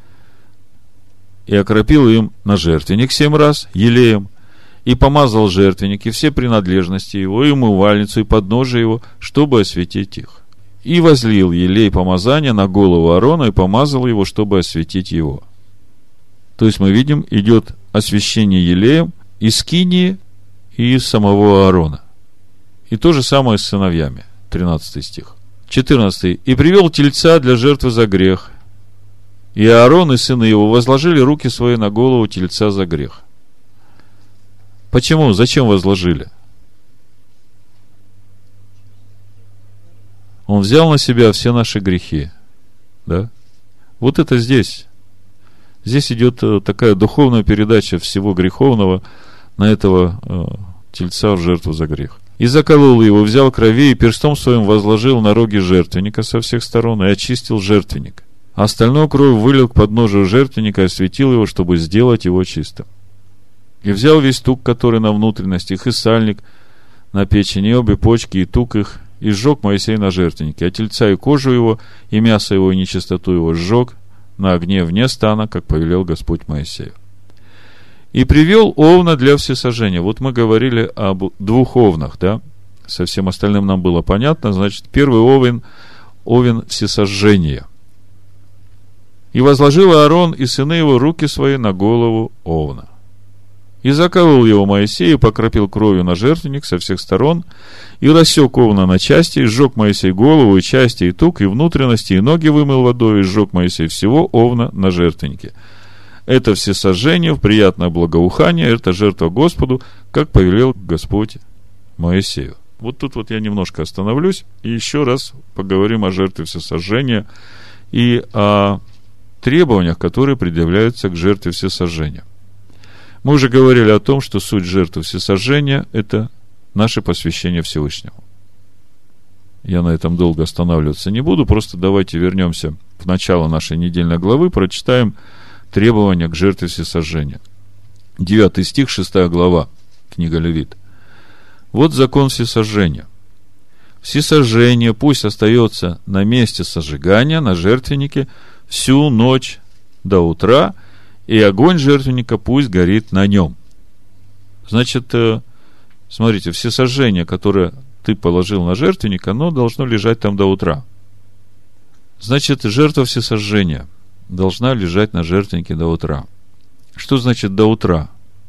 A: И окропил им на жертвенник семь раз елеем, и помазал жертвенник и все принадлежности его, и умывальницу, и подножие его, чтобы осветить их. И возлил елей помазания на голову Аарона и помазал его, чтобы осветить его. То есть мы видим, идет освящение елеем из скинии и из самого Аарона. И то же самое с сыновьями. тринадцатый стих. четырнадцатый. И привел тельца для жертвы за грех. И Аарон и сыны его возложили руки свои на голову тельца за грех. Почему? Зачем возложили? Он взял на себя все наши грехи. Да? Вот это здесь. Здесь идет такая духовная передача всего греховного на этого э, тельца в жертву за грех. И заколол его, взял крови и перстом своим возложил на роги жертвенника со всех сторон и очистил жертвенник. А остальную кровь вылил к подножию жертвенника и осветил его, чтобы сделать его чистым. И взял весь тук, который на внутренностях, и сальник на печени, и обе почки, и тук их, и сжег Моисей на жертвеннике, а тельца и кожу его, и мясо его, и нечистоту его сжег на огне вне стана, как повелел Господь Моисею. И привел овна для всесожжения. Вот мы говорили об двух овнах, да? Со всем остальным нам было понятно. Значит, первый овен, овен всесожжения. И возложил Аарон и сыны его руки свои на голову овна. И заколол его Моисей, и покропил кровью на жертвенник со всех сторон, и рассек овна на части, и сжег Моисей голову, и части, и тук, и внутренности, и ноги вымыл водой, и сжег Моисей всего овна на жертвеннике. Это всесожжение в приятное благоухание, это жертва Господу, как повелел Господь Моисею. Вот тут вот я немножко остановлюсь, и еще раз поговорим о жертве всесожжения и о требованиях, которые предъявляются к жертве всесожжения. Мы уже говорили о том, что суть жертвы всесожжения – это наше посвящение Всевышнему. Я на этом долго останавливаться не буду, просто давайте вернемся в начало нашей недельной главы, прочитаем требования к жертве всесожжения. Девятый стих, шестая глава, книга Левит. Вот закон всесожжения. Всесожжение пусть остается на месте сожигания, на жертвеннике, всю ночь до утра, и огонь жертвенника пусть горит на нем. Значит, смотрите, всесожжение, которое ты положил на жертвенник, оно должно лежать там до утра. Значит, жертва всесожжения должна лежать на жертвеннике до утра. Что значит до утра?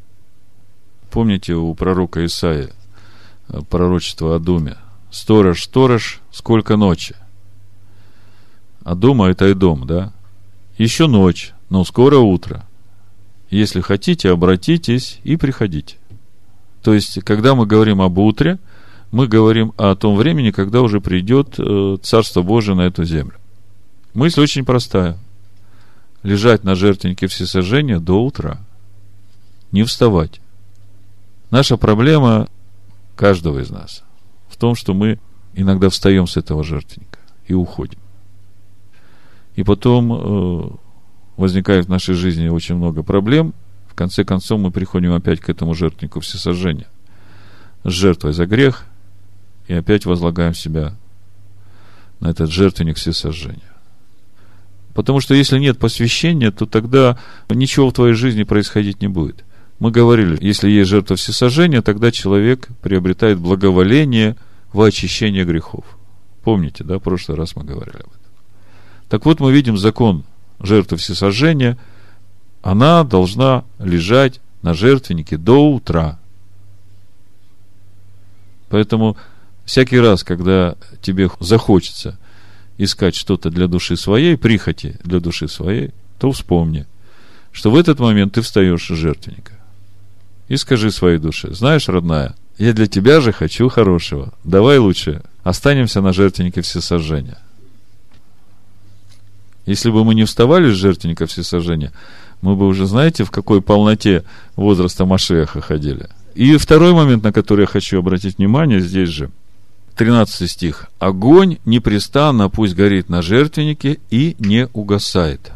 A: Помните у пророка Исаии пророчество о Думе? Сторож, сторож, сколько ночи? А дома это и дом, да? Еще ночь, но скоро утро. Если хотите, обратитесь и приходите. То есть, когда мы говорим об утре, мы говорим о том времени, когда уже придет Царство Божие на эту землю. Мысль очень простая. Лежать на жертвеннике всесожжения до утра. Не вставать. Наша проблема каждого из нас в том, что мы иногда встаем с этого жертвенника и уходим. И потом э, возникает в нашей жизни очень много проблем. В конце концов мы приходим опять к этому жертвеннику всесожжения с жертвой за грех и опять возлагаем себя на этот жертвенник всесожжения. Потому что если нет посвящения, то тогда ничего в твоей жизни происходить не будет. Мы говорили, если есть жертва всесожжения, тогда человек приобретает благоволение во очищение грехов. Помните, да, в прошлый раз мы говорили об этом. Так вот, мы видим закон жертвы всесожжения. Она должна лежать на жертвеннике до утра. Поэтому всякий раз, когда тебе захочется искать что-то для души своей, прихоти для души своей, то вспомни, что в этот момент ты встаешь с жертвенника. И скажи своей душе: знаешь, родная, я для тебя же хочу хорошего. Давай лучше останемся на жертвеннике всесожжения. Если бы мы не вставали с жертвенника всесожжения, мы бы уже, знаете, в какой полноте возраста Машиаха ходили. И второй момент, на который я хочу обратить внимание, здесь же, тринадцатый стих. Огонь непрестанно пусть горит на жертвеннике и не угасает.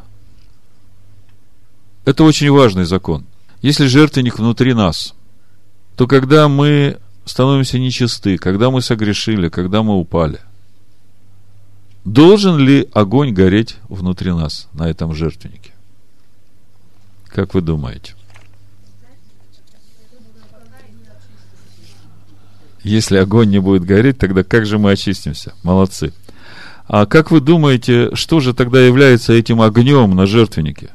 A: Это очень важный закон. Если жертвенник внутри нас, то когда мы становимся нечисты, когда мы согрешили, когда мы упали, должен ли огонь гореть внутри нас на этом жертвеннике? Как вы думаете? Если огонь не будет гореть, тогда как же мы очистимся? Молодцы. А как вы думаете, что же тогда является этим огнем на жертвеннике?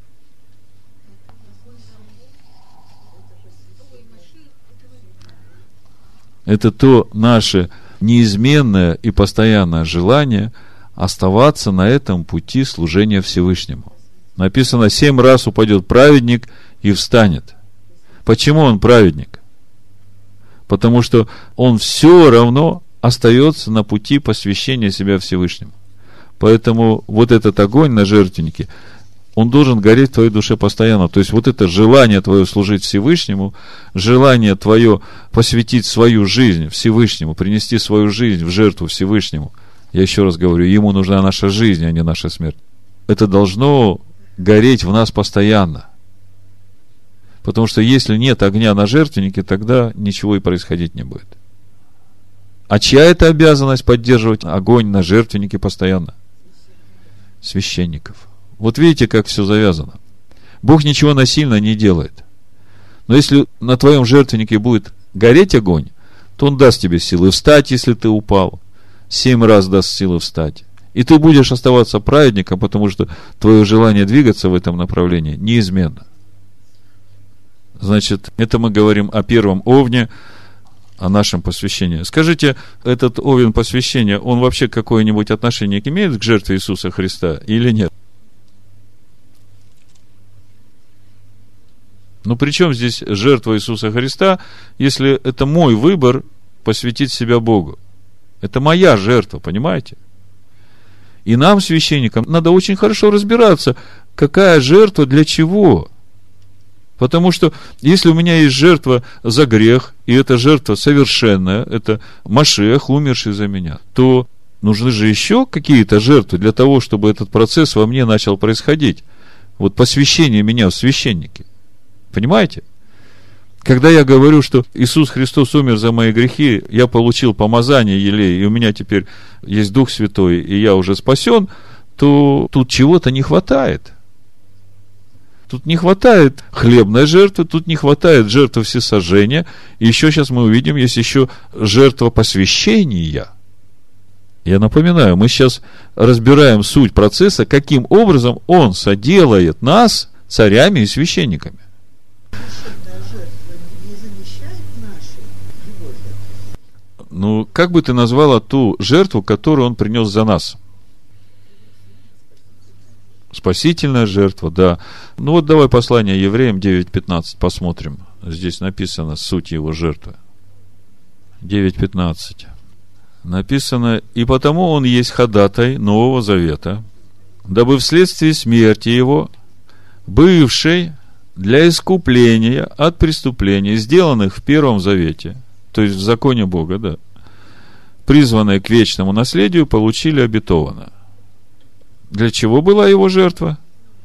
A: Это то наше неизменное и постоянное желание оставаться на этом пути служения Всевышнему. Написано, семь раз упадет праведник и встанет. Почему он праведник? Потому что он все равно остается на пути посвящения себя Всевышнему. Поэтому вот этот огонь на жертвеннике, он должен гореть в твоей душе постоянно. То есть вот это желание твое служить Всевышнему, желание твое посвятить свою жизнь Всевышнему, принести свою жизнь в жертву Всевышнему. Я еще раз говорю, ему нужна наша жизнь, а не наша смерть. Это должно гореть в нас постоянно. Потому что если нет огня на жертвеннике, тогда ничего и происходить не будет. А чья это обязанность поддерживать огонь на жертвеннике постоянно? Священников. Вот видите, как все завязано. Бог ничего насильно не делает. Но если на твоем жертвеннике будет гореть огонь, то Он даст тебе силы встать, если ты упал. Семь раз даст силы встать. И ты будешь оставаться праведником, потому что твое желание двигаться в этом направлении неизменно. Значит, это мы говорим о первом овне, о нашем посвящении. Скажите, этот овен посвящения, он вообще какое-нибудь отношение имеет к жертве Иисуса Христа или нет? Ну, при чем здесь жертва Иисуса Христа, если это мой выбор посвятить себя Богу? Это моя жертва, понимаете? И нам, священникам, надо очень хорошо разбираться, какая жертва для чего. Потому что, если у меня есть жертва за грех, и эта жертва совершенная, это Машиах, умерший за меня, то нужны же еще какие-то жертвы для того, чтобы этот процесс во мне начал происходить. Вот посвящение меня в священники. Понимаете? Когда я говорю, что Иисус Христос умер за мои грехи, я получил помазание елея, и у меня теперь есть Дух Святой, и я уже спасен, то тут чего-то не хватает. Тут не хватает хлебной жертвы, тут не хватает жертвы всесожжения. И еще сейчас мы увидим, есть еще жертва посвящения. Я напоминаю, мы сейчас разбираем суть процесса, каким образом Он соделает нас царями и священниками. Ну, как бы ты назвала ту жертву, которую Он принес за нас? Спасительная жертва, да. Ну вот давай послание Евреям девять пятнадцать посмотрим. Здесь написано суть Его жертвы. девять пятнадцать. Написано: «И потому Он есть ходатай Нового Завета, дабы вследствие смерти Его, бывшей для искупления от преступлений, сделанных в Первом Завете», то есть в законе Бога, да, призванные к вечному наследию, получили обетованное. Для чего была Его жертва?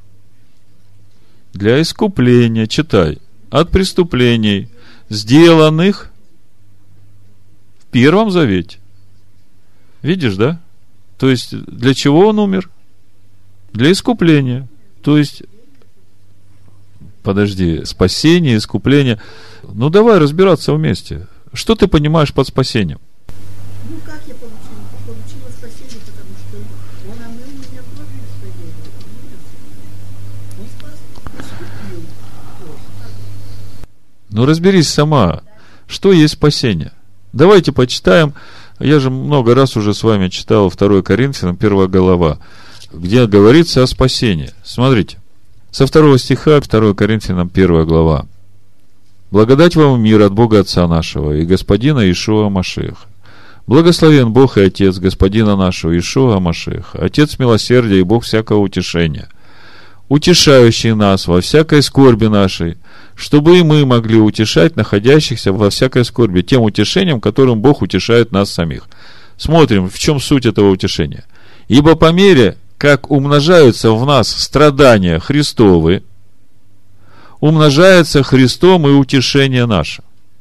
A: Для искупления, читай, от преступлений, сделанных в Первом Завете. Видишь, да? То есть, для чего Он умер? Для искупления. То есть, подожди, спасение, искупление. Ну, давай разбираться вместе. Что ты понимаешь под спасением?
B: Ну, как я получила? Получила спасение, потому что Он омыл меня кровью своей. Он спас, искупил.
A: Ну, разберись сама. Что есть спасение? Давайте почитаем. Я же много раз уже с вами читал второе Коринфянам, первая глава, где говорится о спасении. Смотрите. Со второго стиха, второе Коринфянам, первая глава. «Благодать вам и мир от Бога Отца нашего и Господина Иешуа Машиаха. Благословен Бог и Отец Господина нашего Иешуа Машиаха, Отец милосердия и Бог всякого утешения, утешающий нас во всякой скорби нашей, чтобы и мы могли утешать находящихся во всякой скорби тем утешением, которым Бог утешает нас самих». Смотрим, в чем суть этого утешения. «Ибо по мере, как умножаются в нас страдания Христовы, умножается Христом и утешение наше.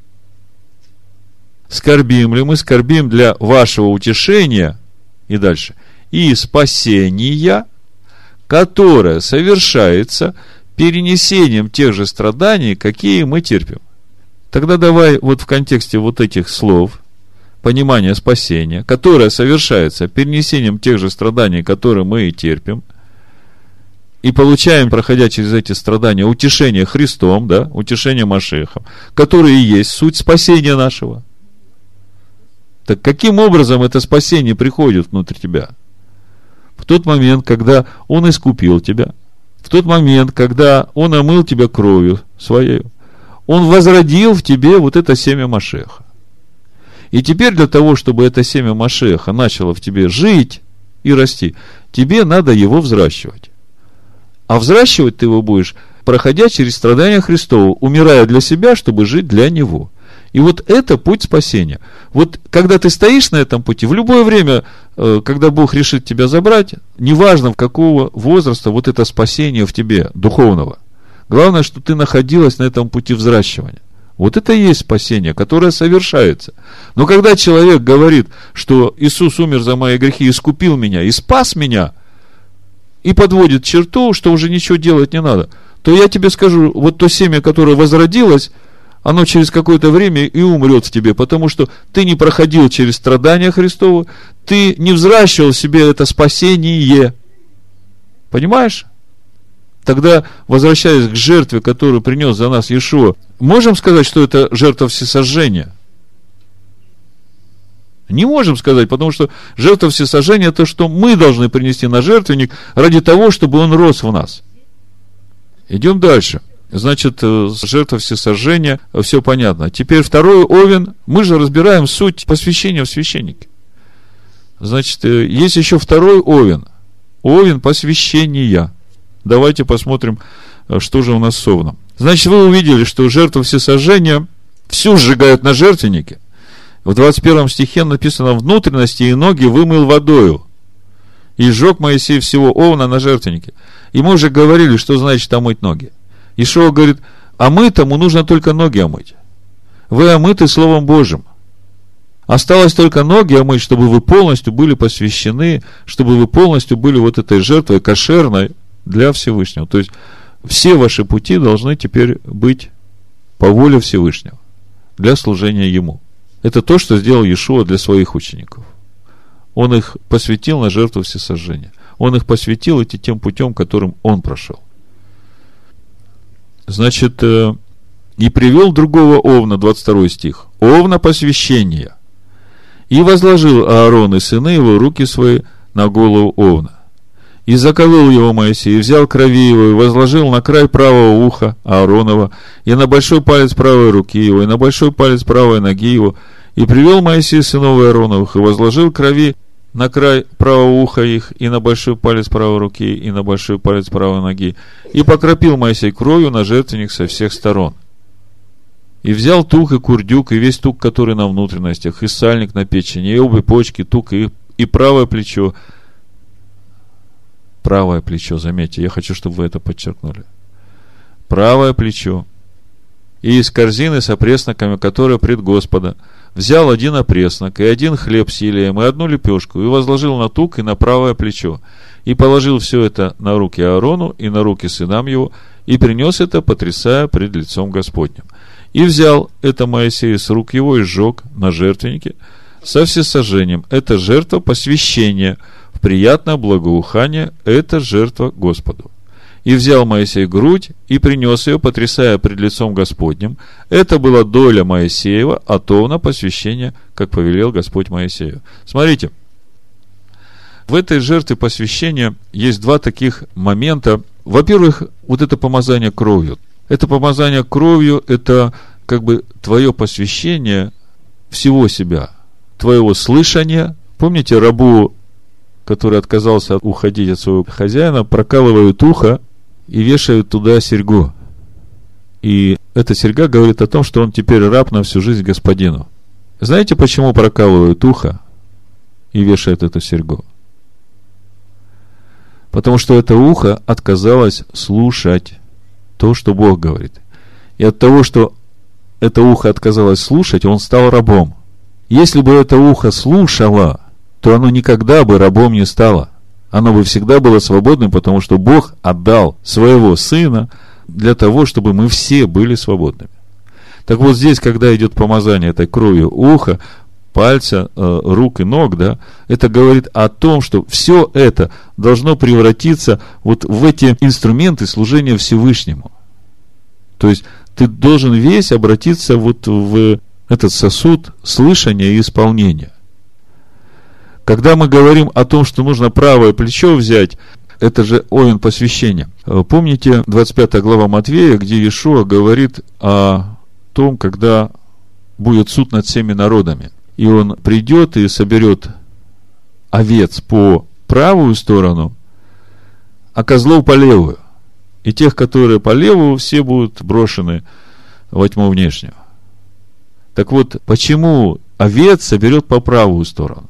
A: Скорбим ли мы, скорбим для вашего утешения», и дальше, «и спасения, которое совершается перенесением тех же страданий, какие мы терпим». Тогда давай вот в контексте вот этих слов понимание спасения, которое совершается перенесением тех же страданий, которые мы и терпим, и получаем, проходя через эти страдания, утешение Христом, да, утешение Машиахом, которое и есть суть спасения нашего. Так каким образом это спасение приходит внутрь тебя? В тот момент, когда Он искупил тебя, в тот момент, когда Он омыл тебя кровью своей, Он возродил в тебе вот это семя Машиаха. И теперь для того, чтобы это семя Машиаха начало в тебе жить и расти, тебе надо его взращивать. А взращивать ты его будешь, проходя через страдания Христова, умирая для себя, чтобы жить для Него. И вот это путь спасения. Вот когда ты стоишь на этом пути, в любое время, когда Бог решит тебя забрать, неважно, в какого возраста, вот это спасение в тебе, духовного. Главное, что ты находилась на этом пути взращивания. Вот это и есть спасение, которое совершается. Но когда человек говорит, что Иисус умер за мои грехи, искупил меня и спас меня, и подводит черту, что уже ничего делать не надо, то я тебе скажу, вот то семя, которое возродилось, оно через какое-то время и умрет в тебе, потому что ты не проходил через страдания Христова, ты не взращивал в себе это спасение. Понимаешь? Тогда, возвращаясь к жертве, которую принес за нас Иешуа, можем сказать, что это жертва всесожжения? Не можем сказать, потому что жертва всесожжения – это что мы должны принести на жертвенник ради того, чтобы он рос в нас. Идем дальше. Значит, жертва всесожжения, все понятно. Теперь второй овен, мы же разбираем суть посвящения в священнике. Значит, есть еще второй овен, овен посвящения. Давайте посмотрим, что же у нас с овном. Значит, вы увидели, что жертву всесожжения всю сжигают на жертвеннике. В двадцать первом стихе написано: внутренности и ноги вымыл водою, и сжег Моисей всего овна на жертвеннике. И мы уже говорили, что значит омыть ноги. Иешуа говорит: омытому нужно только ноги омыть. Вы омыты Словом Божьим. Осталось только ноги омыть, чтобы вы полностью были посвящены, чтобы вы полностью были вот этой жертвой кошерной для Всевышнего. То есть все ваши пути должны теперь быть по воле Всевышнего, для служения Ему. Это то, что сделал Иешуа для своих учеников. Он их посвятил на жертву всесожжения. Он их посвятил идти тем путем, которым Он прошел. Значит, и привел другого овна, двадцать второй стих, овна посвящения, и возложил Аарон и сыны его руки свои на голову овна. И заколол его Моисей, и взял крови его, и возложил на край правого уха Ааронова, и на большой палец правой руки его, и на большой палец правой ноги его, и привел Моисей сынов Аароновых, и возложил крови на край правого уха их, и на большой палец правой руки, и на большой палец правой ноги, и покропил Моисей кровью на жертвенник со всех сторон. И взял тук и курдюк, и весь тук, который на внутренностях, и сальник на печени, и обе почки, тук, и, и правое плечо, правое плечо, заметьте, я хочу, чтобы вы это подчеркнули. Правое плечо. И из корзины с опресноками, которая пред Господа, взял один опреснок, и один хлеб с елеем, и одну лепешку, и возложил на тук и на правое плечо. И положил все это на руки Аарону и на руки сынам его, и принес это, потрясая пред лицом Господним. И взял это Моисей с рук его и сжег на жертвеннике со всесожжением. Это жертва посвящения, в приятное благоухание, это жертва Господу. И взял Моисей грудь и принес ее, потрясая пред лицом Господним. Это была доля Моисеева от овна посвящения, как повелел Господь Моисею. Смотрите, в этой жертве посвящения есть два таких момента. Во-первых, вот это помазание кровью. Это помазание кровью, это как бы твое посвящение всего себя, твоего слышания. Помните, рабу, который отказался уходить от своего хозяина, прокалывают ухо и вешают туда серьгу. И эта серьга говорит о том, что он теперь раб на всю жизнь господину. Знаете, почему прокалывают ухо и вешают эту серьгу? Потому что это ухо отказалось слушать то, что Бог говорит. И от того, что это ухо отказалось слушать, он стал рабом. Если бы это ухо слушало, то оно никогда бы рабом не стало. Оно бы всегда было свободным, потому что Бог отдал своего Сына для того, чтобы мы все были свободными. Так вот здесь, когда идет помазание этой кровью уха, пальца, рук и ног, да, это говорит о том, что все это должно превратиться вот в эти инструменты служения Всевышнему. То есть ты должен весь обратиться вот в этот сосуд слышания и исполнения. Когда мы говорим о том, что нужно правое плечо взять, это же овен посвящения. Помните двадцать пятая глава Матвея, где Иешуа говорит о том, когда будет суд над всеми народами. И он придет и соберет овец по правую сторону, а козлов по левую. И тех, которые по левую, все будут брошены во тьму внешнюю. Так вот, почему овец соберет по правую сторону?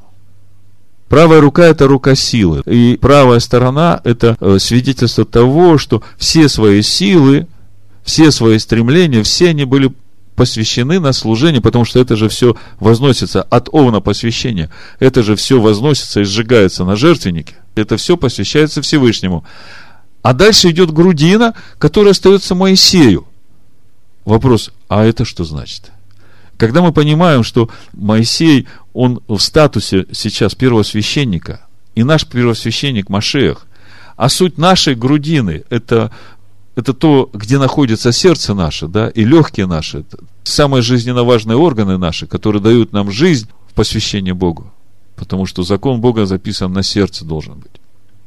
A: Правая рука – это рука силы. И правая сторона – это свидетельство того, что все свои силы, все свои стремления, все они были посвящены на служение, потому что это же все возносится от овна посвящения. Это же все возносится и сжигается на жертвеннике. Это все посвящается Всевышнему. А дальше идет грудина, которая остается Моисею. Вопрос, а это что значит? Когда мы понимаем, что Моисей, он в статусе сейчас первосвященника, и наш первосвященник Машиах, а суть нашей грудины – это, это то, где находится сердце наше, да, и легкие наши, это самые жизненно важные органы наши, которые дают нам жизнь в посвящении Богу, потому что закон Бога записан на сердце должен быть.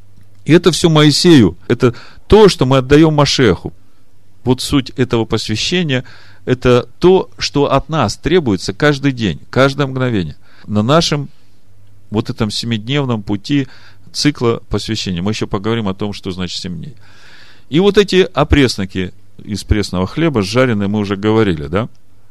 A: И это все Моисею, это то, что мы отдаем Машиаху. Вот суть этого посвящения – это то, что от нас требуется каждый день, каждое мгновение. На нашем вот этом семидневном пути цикла посвящения. Мы еще поговорим о том, что значит семь дней. И вот эти опресноки из пресного хлеба, жареные, мы уже говорили, да?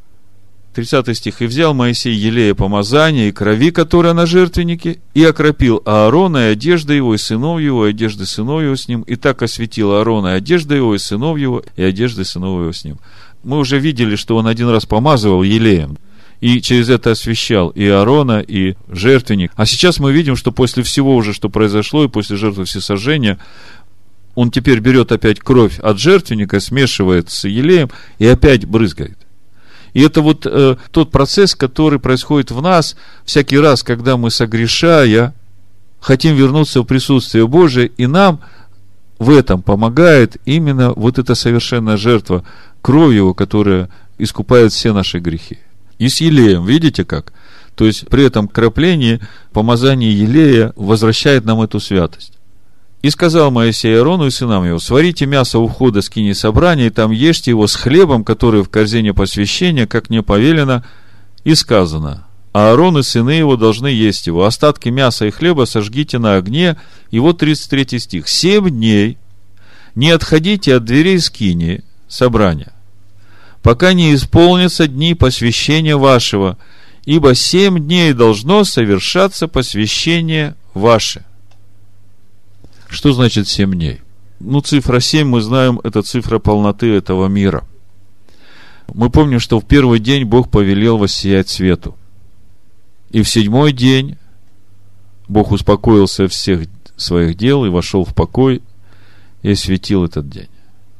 A: тридцатый стих. «И взял Моисей елея помазания и крови, которая на жертвеннике, и окропил Аарона и одежды его, и сынов его, и одежды сынов его с ним, и так осветил Аарона и одежды его, и сынов его, и одежды сынов его с ним». Мы уже видели, что он один раз помазывал елеем, и через это освящал и Аарона, и жертвенник. А сейчас мы видим, что после всего уже, что произошло, и после жертвы всесожжения, он теперь берет опять кровь от жертвенника, смешивает с елеем и опять брызгает. И это вот э, тот процесс, который происходит в нас всякий раз, когда мы, согрешая, хотим вернуться в присутствие Божие, и нам в этом помогает именно вот эта совершенная жертва кровью его, которая искупает все наши грехи. И с елеем, видите как? То есть при этом краплении, помазание елея возвращает нам эту святость. «И сказал Моисей Аарону и сынам его: сварите мясо у входа скинии собрания, и там ешьте его с хлебом, который в корзине посвящения, как мне повелено, и сказано: Аарон и сыны его должны есть его. Остатки мяса и хлеба сожгите на огне». И вот тридцать третий стих. «Семь дней не отходите от дверей скинии собрания, пока не исполнятся дни посвящения вашего, ибо семь дней должно совершаться посвящение ваше». Что значит семь дней? Ну, цифра семь, мы знаем, это цифра полноты этого мира. Мы помним, что в первый день Бог повелел воссиять свету. И в седьмой день Бог успокоился всех своих дел и вошел в покой и осветил этот день.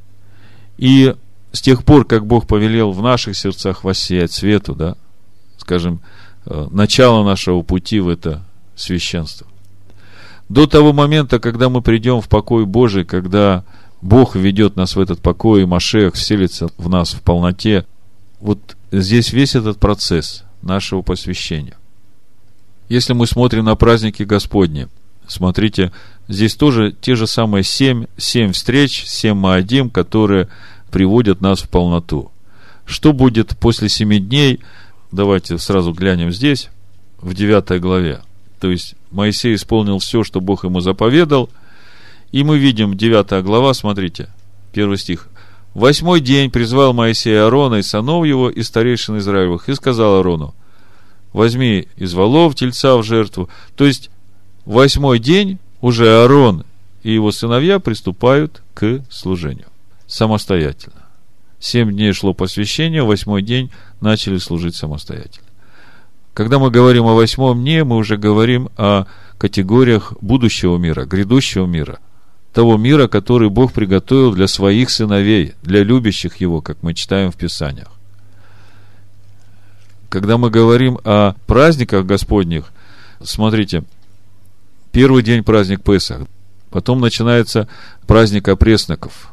A: И с тех пор, как Бог повелел в наших сердцах воссиять свету, да, скажем, начало нашего пути в это священство, до того момента, когда мы придем в покой Божий, когда Бог ведет нас в этот покой, и Машиах вселится в нас в полноте, вот здесь весь этот процесс нашего посвящения. Если мы смотрим на праздники Господни, смотрите, здесь тоже те же самые семь, семь встреч, семь маадим, которые приводят нас в полноту. Что будет после семи дней? Давайте сразу глянем здесь, в девятой главе. То есть Моисей исполнил все, что Бог ему заповедал. И мы видим, девятая глава, смотрите, первый стих. «Восьмой день призвал Моисей Аарона и сынов его, и старейшин Израилевых, и сказал Аарону: возьми из волов тельца в жертву». То есть восьмой день уже Аарон и его сыновья приступают к служению самостоятельно. Семь дней шло посвящение, восьмой день начали служить самостоятельно. Когда мы говорим о восьмом дне, мы уже говорим о категориях будущего мира, грядущего мира, того мира, который Бог приготовил для своих сыновей, для любящих Его, как мы читаем в Писаниях. когда мы говорим о праздниках Господних, смотрите, первый день праздник Песах, потом начинается праздник опресноков.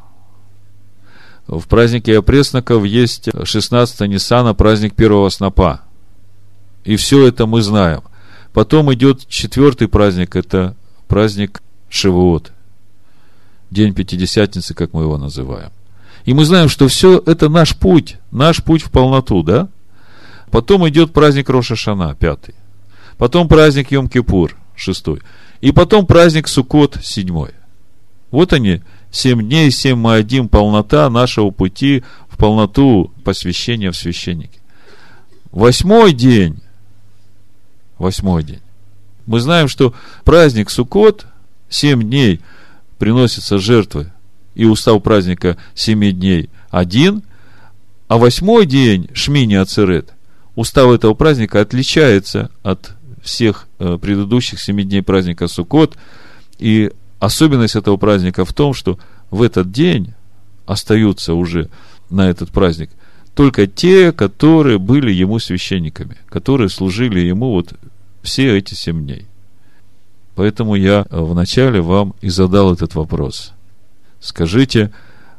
A: В празднике опресноков есть шестнадцатого Ниссана, праздник первого снопа. И все это мы знаем. Потом идет четвертый праздник, это праздник Шивот, день Пятидесятницы, как мы его называем. И мы знаем, что все это наш путь, наш путь в полноту, да? Потом идет праздник Рош ха-Шана, пятый. Потом праздник Йом-Кипур, шестой. И потом праздник Суккот, седьмой. Вот они, семь дней, семь моадим, полнота нашего пути в полноту посвящения в священники. Восьмой день, восьмой день. Мы знаем, что праздник Суккот, семь дней приносятся жертвы, и устав праздника семи дней один, а восьмой день, Шмини Ацерет, устав этого праздника отличается от всех э, предыдущих семи дней праздника Суккот, и особенность этого праздника в том, что в этот день остаются уже на этот праздник только те, которые были ему священниками, которые служили ему вот все эти семь дней. Поэтому я вначале вам и задал этот вопрос. Скажите,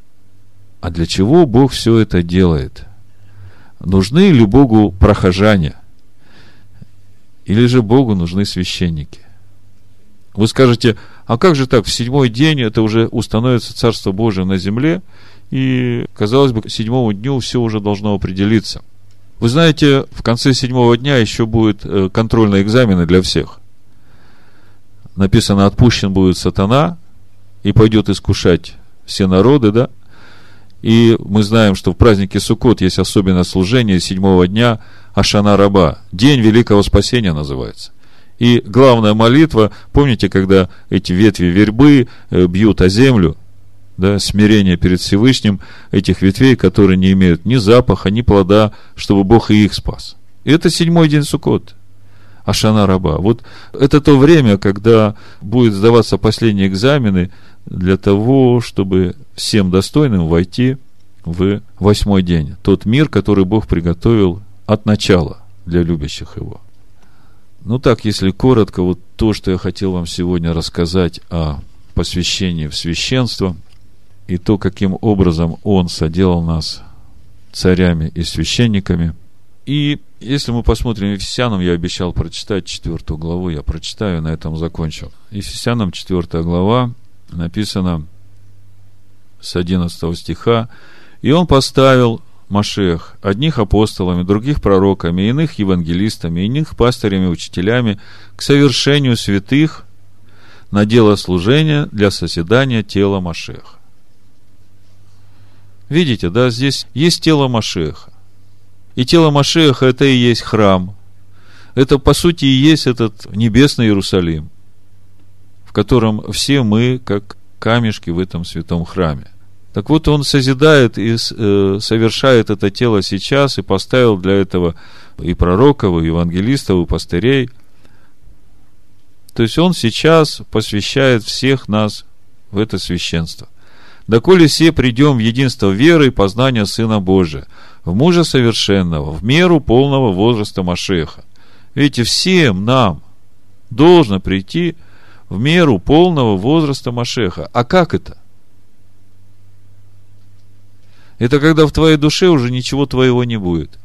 A: а для чего Бог все это делает? Нужны ли Богу прохожане? Или же Богу нужны священники? Вы скажете, а как же так, в седьмой день это уже установится Царство Божие на земле, и, казалось бы, к седьмому дню все уже должно определиться. Вы знаете, в конце седьмого дня еще будут контрольные экзамены для всех. Написано, отпущен будет сатана, и пойдет искушать все народы, да? И мы знаем, что в празднике Суккот есть особенное служение седьмого дня Ашана Раба. День великого спасения называется. И главная молитва, помните, когда эти ветви вербы бьют о землю, да, смирение перед Всевышним этих ветвей, которые не имеют ни запаха, ни плода, чтобы Бог и их спас. И это седьмой день Суккот. Ашана Раба. Вот это то время, когда будут сдаваться последние экзамены для того, чтобы всем достойным войти в восьмой день. Тот мир, который Бог приготовил от начала для любящих Его. Ну так, если коротко, вот то, что я хотел вам сегодня рассказать о посвящении в священство и то, каким образом Он соделал нас царями и священниками. И если мы посмотрим Ефесянам, я обещал прочитать четвертую главу, я прочитаю, на этом закончу. Ефесянам четвертая глава, написано с одиннадцатого стиха: «И он поставил Машиах одних апостолами, других пророками, иных евангелистами, иных пастырями, учителями к совершению святых на дело служения для созидания тела Машиаха». Видите, да, здесь есть тело Машиаха. И тело Машиаха — это и есть храм. Это, по сути, и есть этот небесный Иерусалим, в котором все мы, как камешки в этом святом храме. Так вот, Он созидает и э, совершает это тело сейчас, и поставил для этого и пророков, и евангелистов, и пастырей. То есть, Он сейчас посвящает всех нас в это священство. «Доколе все придем в единство веры и познания Сына Божия, в мужа совершенного, в меру полного возраста Машиаха». Видите, всем нам должно прийти в меру полного возраста Машиаха. А как это? Это когда в твоей душе уже ничего твоего не будет.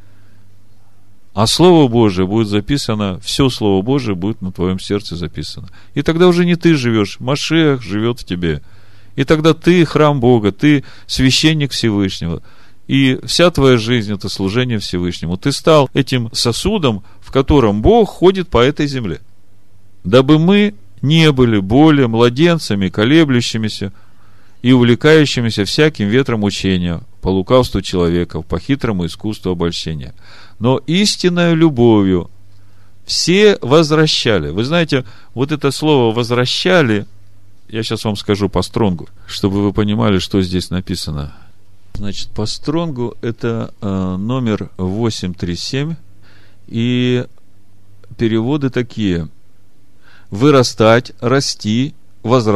A: А Слово Божие будет записано, все Слово Божие будет на твоем сердце записано. И тогда уже не ты живешь, Машиах живет в тебе. И тогда ты храм Бога, ты священник Всевышнего. И вся твоя жизнь — это служение Всевышнему. Ты стал этим сосудом, в котором Бог ходит по этой земле. Дабы мы не были более младенцами, колеблющимися и увлекающимися всяким ветром учения, по лукавству человеков, по хитрому искусству обольщения. Но истинной любовью все возвращали. Вы знаете, вот это слово «возвращали», я сейчас вам скажу по Стронгу, чтобы вы понимали, что здесь написано. Значит, по Стронгу это э, номер восемьсот тридцать семь, и переводы такие: вырастать, расти,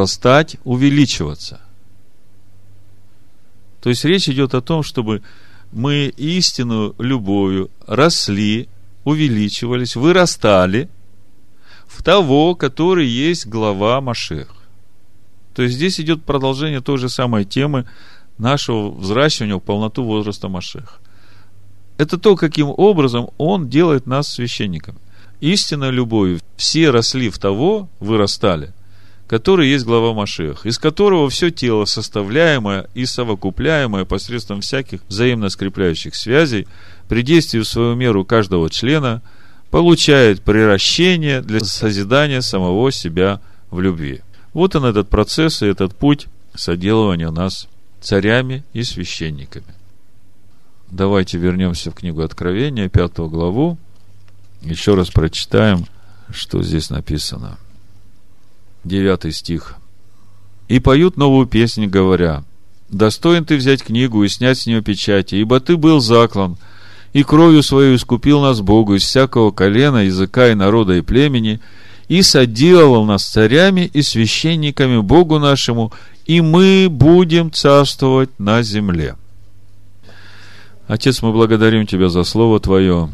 A: возрастать, увеличиваться. То есть речь идет о том, чтобы мы истинную любовью росли, увеличивались, вырастали в того, который есть глава Машиах. То есть здесь идет продолжение той же самой темы нашего взращивания в полноту возраста Машиаха. Это то, каким образом Он делает нас священниками. Истинной любовью все росли в того, вырастали, который есть глава Машиаха, из которого все тело, составляемое и совокупляемое посредством всяких взаимно скрепляющих связей, при действии в свою меру каждого члена, получает приращение для созидания самого себя в любви. Вот он, этот процесс и этот путь соделывания нас царями и священниками. Давайте вернемся в книгу Откровения, пятую главу. Еще раз прочитаем, что здесь написано. Девятый стих. «И поют новую песнь, говоря: достоин ты взять книгу и снять с нее печати, ибо ты был заклан, и кровью своей искупил нас Богу из всякого колена, языка и народа и племени, и соделал нас царями и священниками Богу нашему, и мы будем царствовать на земле». Отец, мы благодарим Тебя за Слово Твое,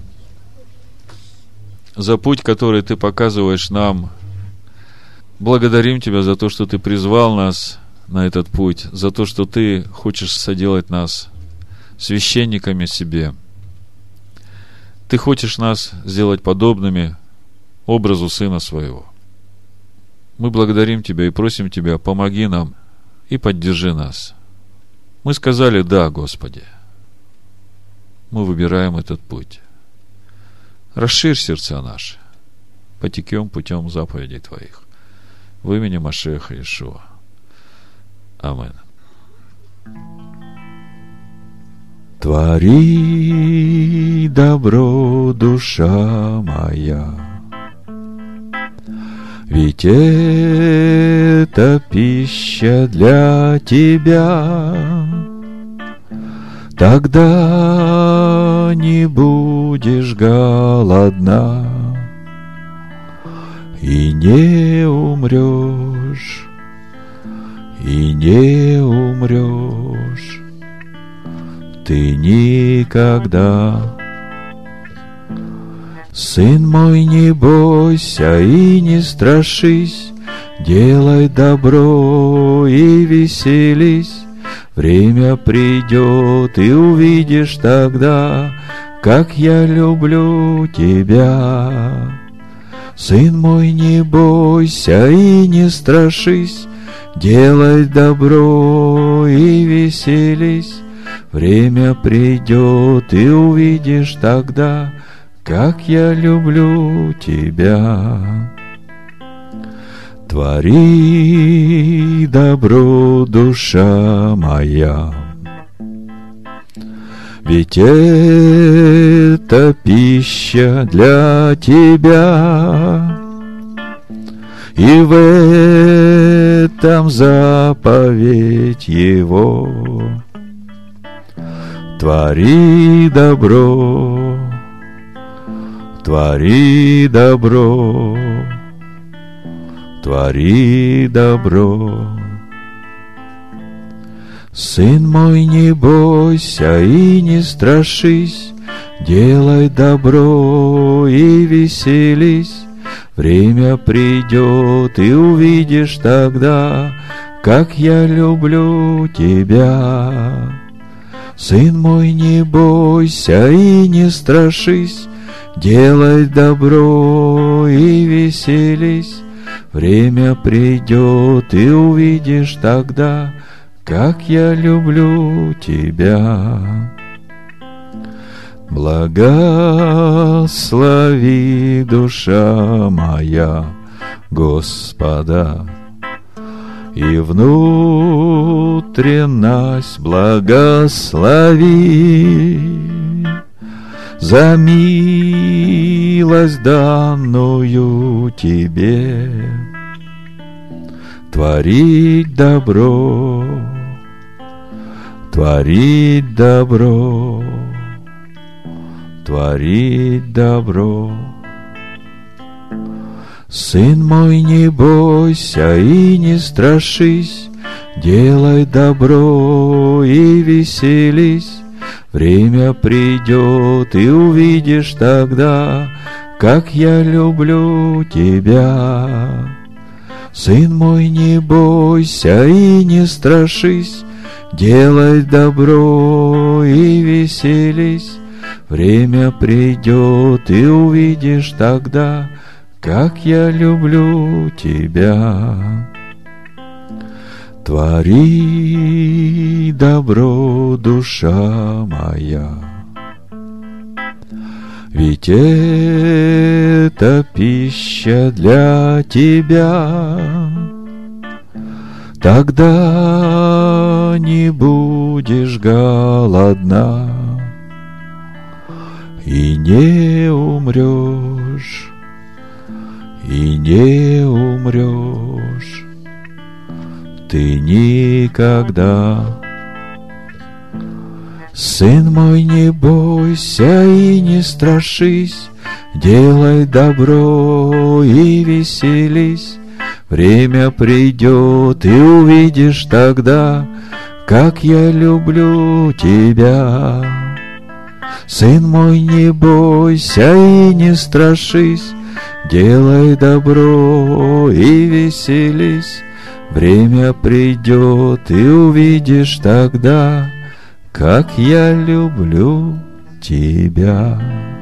A: за путь, который Ты показываешь нам. Благодарим Тебя за то, что Ты призвал нас на этот путь, за то, что Ты хочешь соделать нас священниками себе. Ты хочешь нас сделать подобными образу Сына Своего. Мы благодарим Тебя и просим Тебя, помоги нам и поддержи нас. Мы сказали: да, Господи. Мы выбираем этот путь. Расширь сердца наши. Потекем путем заповедей Твоих. В имени Машиаха Иешуа. Амин. Твори добро, душа моя, ведь это пища для тебя. Тогда не будешь голодна и не умрешь, и не умрешь ты никогда. Сын мой, не бойся и не страшись, делай добро и веселись. Время придет, и увидишь тогда, как я люблю тебя. Сын мой, не бойся и не страшись, делай добро и веселись. Время придет, и увидишь тогда, как я люблю тебя. Твори добро, душа моя, ведь это пища для тебя, и в этом заповедь Его. Твори добро, твори добро, твори добро. Сын мой, не бойся и не страшись, делай добро и веселись. Время придет, и увидишь тогда, как я люблю тебя. Сын мой, не бойся и не страшись, делай добро и веселись. Время придет, и увидишь тогда, как я люблю тебя. Благослови, душа моя, Господа, и внутренность благослови за милость данную тебе. Творить добро, творить добро, творить добро. Сын мой, не бойся и не страшись, делай добро и веселись. Время придет, и увидишь тогда, как я люблю тебя. Сын мой, не бойся и не страшись, делай добро и веселись. Время придет, и увидишь тогда, как я люблю тебя. Твори добро, душа моя, ведь это пища для тебя. Тогда не будешь голодна и не умрешь, и не умрешь ты никогда. Сын мой, не бойся и не страшись, делай добро и веселись. Время придет, и увидишь тогда, как я люблю тебя. Сын мой, не бойся и не страшись, делай добро и веселись. Время придет, и увидишь тогда, как я люблю тебя.